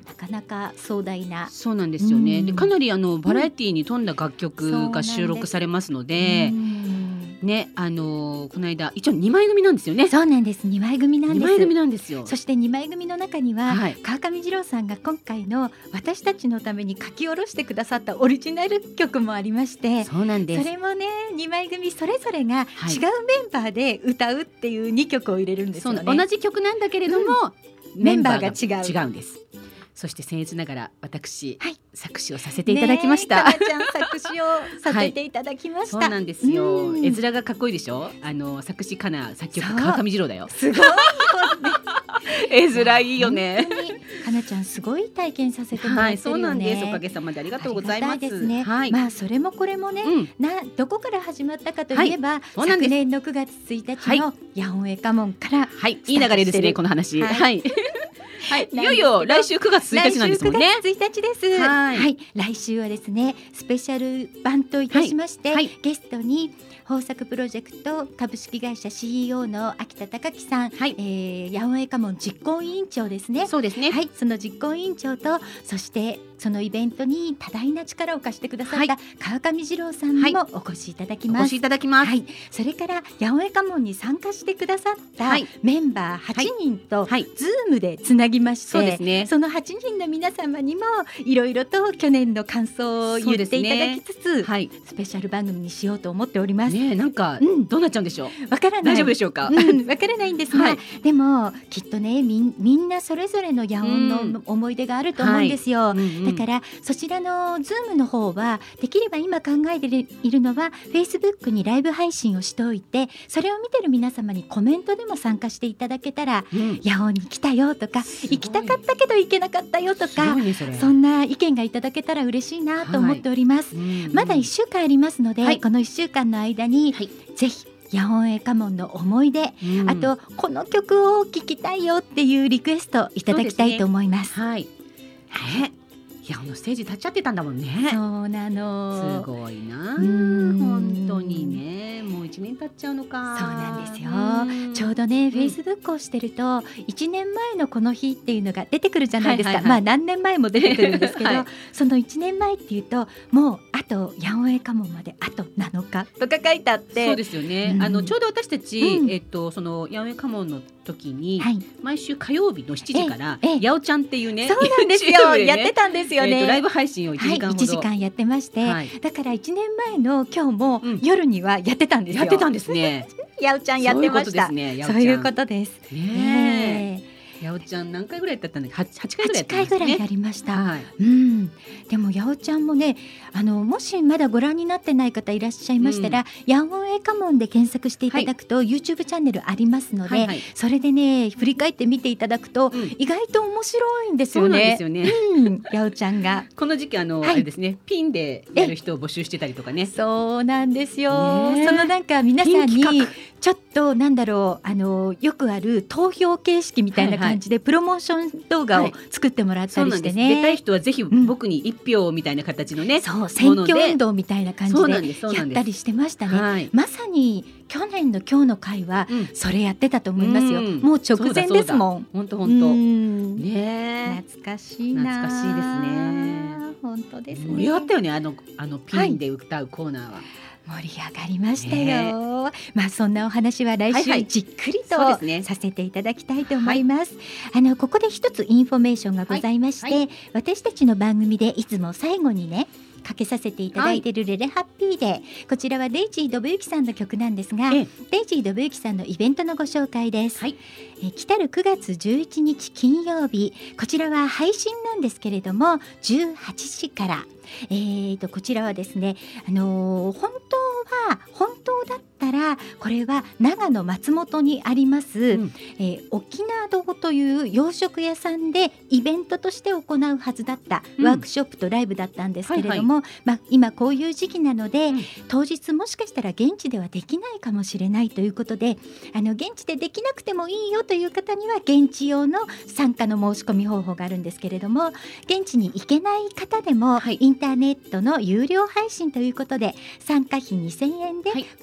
なかなか壮大な。 そうなんですよね。でかなりバラエティに富んだ楽曲が収録されますので、ね、この間一応2枚組なんですよね。 そうなんです、2枚組なんです。 2枚組なんですよ。 そして2枚組の中には、川上二郎さんが今回の私たちのために書き下ろしてくださったオリジナル曲もありまして、 そうなんです。 それもね、2枚組それぞれが違うメンバーで歌うっていう2曲を入れるんですよね。 同じ曲なんだけれども、 メンバーが違うんです。そして僭越ながら私、作詞をさせていただきました。 かなちゃん作詞をさせていただきました。 そうなんですよ。絵面がかっこいいでしょ。作詞かな、作曲川上二郎だよ。 すごいよね。 絵面いいよね。 かなちゃんすごい体験させてもらってるよね。 そうなんです。おかげさまでありがとうございます。 ですね。まあそれもこれもね、どこから始まったかといえば、昨年の9月1日の野音エカモンから、 いい流れですね、この話。いよいよ来週9月1日なんですもんね。 来週9月1日です。来週はですね、スペシャル版といたしまして、ゲストに豊作プロジェクト株式会社 CEO の秋田孝樹さん、野音エカモン実行委員長ですね。 そうですね。 その実行委員長と、そしてそのイベントに多大な力を貸してくださった川上二郎さんにもお越しいただきます。 お越しいただきます。 それから野音エカモンに参加してくださったメンバー8人とズームでつなぎまして、 そうですね、 その8人の皆様にもいろいろと去年の感想を言っていただきつつ、スペシャル番組にしようと思っております。 なんか、どうなっちゃうんでしょう。 わからない。 大丈夫でしょうか。 わからないんですが、でもきっとね、みんなそれぞれの野音の思い出があると思うんですよ。だからそちらのズームの方はできれば今考えているのは Facebook にライブ配信をしておいて、それを見てる皆様にコメントでも参加していただけたら、野音に来たよとか、行きたかったけど行けなかったよとか、そんな意見がいただけたら嬉しいなと思っております。まだ1週間ありますので、この1週間の間に、ぜひ野音エカモンの思い出、あとこの曲を聴きたいよっていうリクエストいただきたいと思います。 野音のステージ立っちゃってたんだもんね。 そうなの。 すごいな。本当にね、もう1年経っちゃうのか。 そうなんですよ。ちょうどね、Facebook をしてると1年前のこの日っていうのが出てくるじゃないですか。まあ何年前も出てくるんですけど、その1年前っていうと、もうあと野音エカモンまであと7日とか書いてあって。 そうですよね。ちょうど私たち、その野音エカモンの時に、毎週火曜日の7時からやおちゃんっていうね、 そうなんですよ、やってたんですよね。 ライブ配信を1時間ほど、 1時間やってまして、だから1年前の今日も夜にはやってたんですよ。 やってたんですね。 やおちゃんやってました。そういうことです。やおちゃん何回ぐらいだったんだっけ。8回ぐらいやったんですね。8回ぐらいやりました。でもやおちゃんもね、もしまだご覧になってない方いらっしゃいましたら、野音エカモンで検索していただくと、YouTube チャンネルありますので、それでね振り返って見ていただくと、意外と面白いんですよね。そうなんですよね。やおちゃんがこの時期あれですね、ピンでやる人を募集してたりとかね。 そうなんですよ。そのなんか皆さんにちょっとなんだろう、よくある投票形式みたいな感じでプロモーション動画を作ってもらったりしてね。 出たい人はぜひ僕に1票みたいな形のね、 そう選挙運動みたいな感じでやったりしてましたね。まさに去年の今日の会はそれやってたと思いますよ。もう直前ですもん。 本当ね、 懐かしいな。 懐かしいですね。 本当ですね。 盛り上がったよね、ピンで歌うコーナーは。 盛り上がりましたよ。まあそんなお話は来週じっくりとさせていただきたいと思います。ここで一つインフォメーションがございまして、私たちの番組でいつも最後にねかけさせていただいているレレハッピーで、こちらはデイジー・ドブユキさんの曲なんですが、デイジー・ドブユキさんのイベントのご紹介です。来たる9月11日金曜日、こちらは配信なんですけれども18時から、こちらはですね、本当だったらこれは長野松本にあります、沖縄堂という洋食屋さんでイベントとして行うはずだったワークショップとライブだったんですけれども、今こういう時期なので、当日もしかしたら現地ではできないかもしれないということで、現地でできなくてもいいよという方には現地用の参加の申し込み方法があるんですけれども、現地に行けない方でもインターネットの有料配信ということで参加費2000円でご参加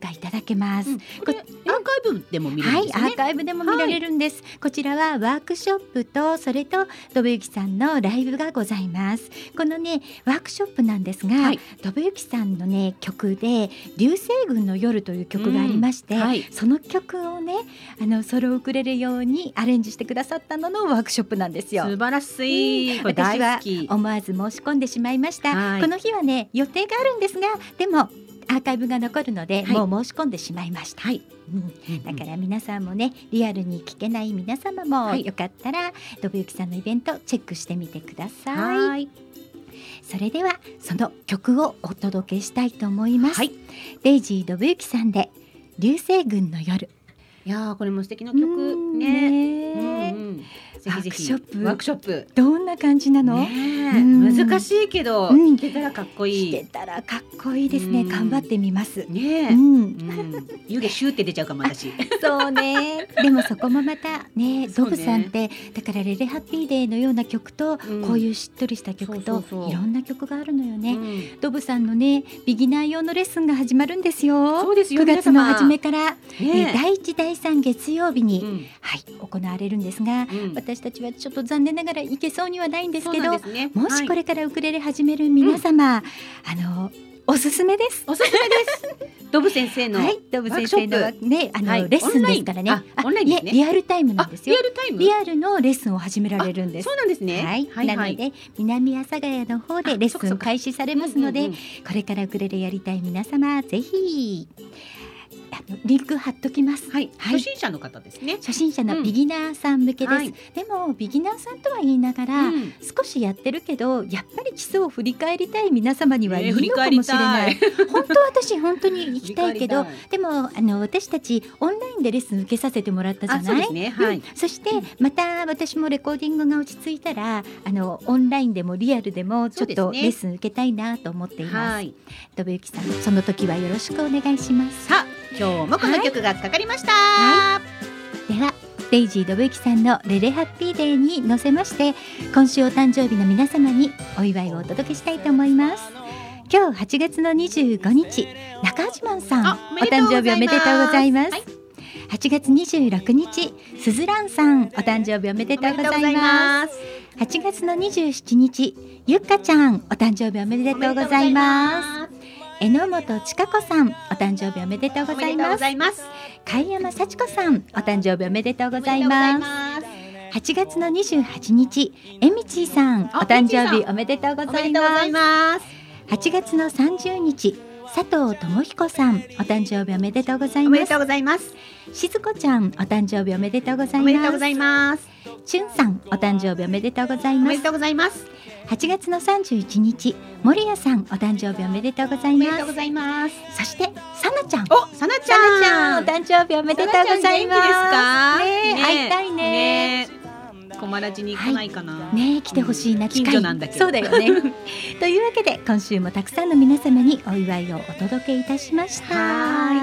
がいただけます。 アーカイブでも見れるんですよね。 はい、アーカイブでも見られるんです。こちらはワークショップとそれと信行さんのライブがございます。このねワークショップなんですが、信行さんのね曲で流星群の夜という曲がありまして、その曲をねソロウクレレ用にアレンジしてくださったののワークショップなんですよ。 素晴らしい。 私は思わず申し込んでしまいました。この日はね予定があるんですが、でもアーカイブが残るので、もう申し込んでしまいました。だから皆さんもねリアルに聴けない皆様も、よかったら信行さんのイベントチェックしてみてください。それではその曲をお届けしたいと思います。デイジー信行さんで流星群の夜。 いやこれも素敵な曲ね。ぜひぜひワークショップどんな感じなの？ 難しいけど弾けたらかっこいい。 弾けたらかっこいいですね。頑張ってみますね。湯気シューって出ちゃうかも私。 そうね。でもそこもまたね、ドブさんってだからレレハッピーデーのような曲とこういうしっとりした曲といろんな曲があるのよね。ドブさんのねビギナー用のレッスンが始まるんですよ。 そうですよ。 9月の初めから第1第3月曜日に行われるんですが、私たちはちょっと残念ながら行けそうにはないんですけど、もしこれからウクレレ始める皆様、おすすめです。 おすすめです。ドブ先生のドブ先生のねレッスンですからね。 オンラインですね。 リアルタイムなんですよ。 リアルタイム。 リアルのレッスンを始められるんです。 そうなんですね。 なので南阿佐ヶ谷の方でレッスン開始されますので、これからウクレレやりたい皆様ぜひリンク貼っときます。 初心者の方ですね。 初心者のビギナーさん向けです。でもビギナーさんとは言いながら、少しやってるけどやっぱり基礎を振り返りたい皆様にはいいのかもしれない。本当私本当に行きたいけど、でも私たちオンラインでレッスン受けさせてもらったじゃない。そしてまた私もレコーディングが落ち着いたらオンラインでもリアルでもちょっとレッスン受けたいなと思っています。信行さんその時はよろしくお願いします。 今日もこの曲がかかりました。 ではデイジー信行さんのレレハッピーデーに乗せまして、今週お誕生日の皆様にお祝いをお届けしたいと思います。今日8月の25日中八幡さんお誕生日おめでとうございます。8月26日すずらんさんお誕生日おめでとうございます。8月の27日ゆっかちゃんお誕生日おめでとうございます。榎本千佳子さんお誕生日おめでとうございます。貝山幸子さんお誕生日おめでとうございます。8月の28日えみちーさんお誕生日おめでとうございます。8月の30日佐藤智彦さんお誕生日おめでとうございます。おめでとうございます。しずこちゃんお誕生日おめでとうございます。おめでとうございます。しゅんさんお誕生日おめでとうございます。おめでとうございます。8月の31日森谷さんお誕生日おめでとうございます。おめでとうございます。そしてさなちゃんさなちゃんお誕生日おめでとうございます。会いたいね。 コマラジに来ないかな。 ね来てほしいな。 近所なんだけど。 そうだよね。というわけで今週もたくさんの皆様にお祝いをお届けいたしました。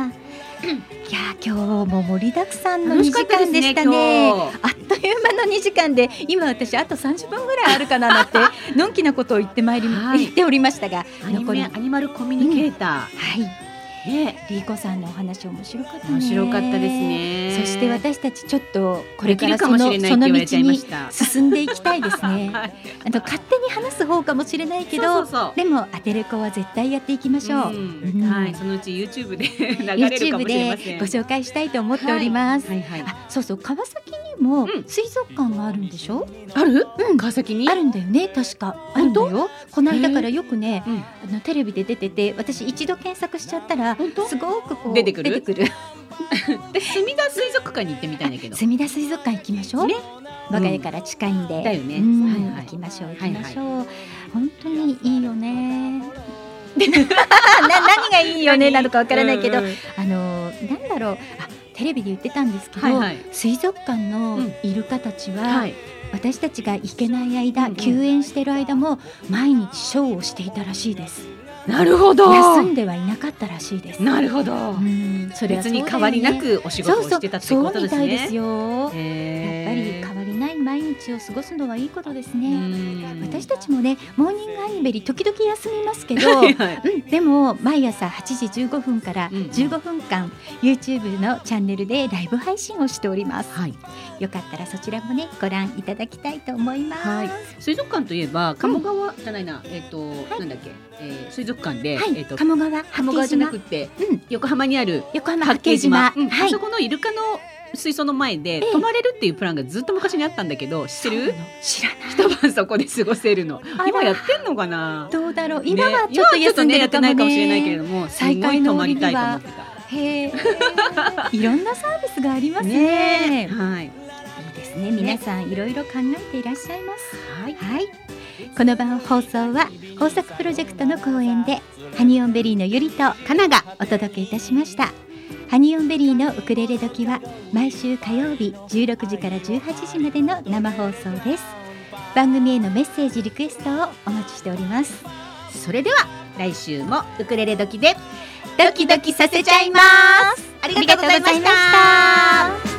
いや今日も盛りだくさんの2時間でしたね。あっという間の2時間で今私あと30分ぐらいあるかななんてのんきなことを言っておりましたが、 アニマルコミュニケーターリーコさんのお話面白かったね。 面白かったですね。 そして私たちちょっとこれからその道に進んでいきたいですね。勝手に話す方かもしれないけど、でもアテレコは絶対やっていきましょう。 そのうち YouTube で流れるかもしれません。 ご紹介したいと思っております。そうそう川崎にも水族館があるんでしょ。 ある？川崎にあるんだよね。確かあるんだよ。この間からよくねテレビで出てて、私一度検索しちゃったらすごくこう出てくる。 すみだ水族館に行ってみたいんだけど。 すみだ水族館行きましょう。我が家から近いんで。 だよね。 行きましょう。本当にいいよね。何がいいよねなのかわからないけど、なんだろう。テレビで言ってたんですけど、水族館のイルカたちは私たちが行けない間、休園している間も毎日ショーをしていたらしいです。 なるほど。 休んではいなかったらしいです。 なるほど。 それは別に変わりなくお仕事をしてたってことですね。 そうみたいですよ。やっぱり変わりない毎毎日を過ごすのはいいことですね。私たちもねモーニングアニベリ時々休みますけどでも毎朝8時15分から15分間、YouTube のチャンネルでライブ配信をしております、よかったらそちらもねご覧いただきたいと思います、 水族館といえば鴨川じゃないな、なんだっけ、水族館で、 鴨川じゃなくて、横浜にある横浜八景島、 あそこのイルカの水槽の前で泊まれるっていうプランがずっと昔にあったんだけど、知ってる？ 知らない。 一晩そこで過ごせるの。今やってんのかな？ どうだろう。今はちょっと休んでるかもね。 やってないかもしれないけれども、再開の折にはへいろんなサービスがありますね。 はい。 いいですね。皆さんいろいろ考えていらっしゃいます。はい。この番放送は豊作プロジェクトの講演でハニオンベリーのゆりとかながお届けいたしました。ハニオンベリーのウクレレ時は毎週火曜日16時から18時までの生放送です。番組へのメッセージリクエストをお待ちしております。 それでは来週もウクレレ時でドキドキさせちゃいます。 ありがとうございました。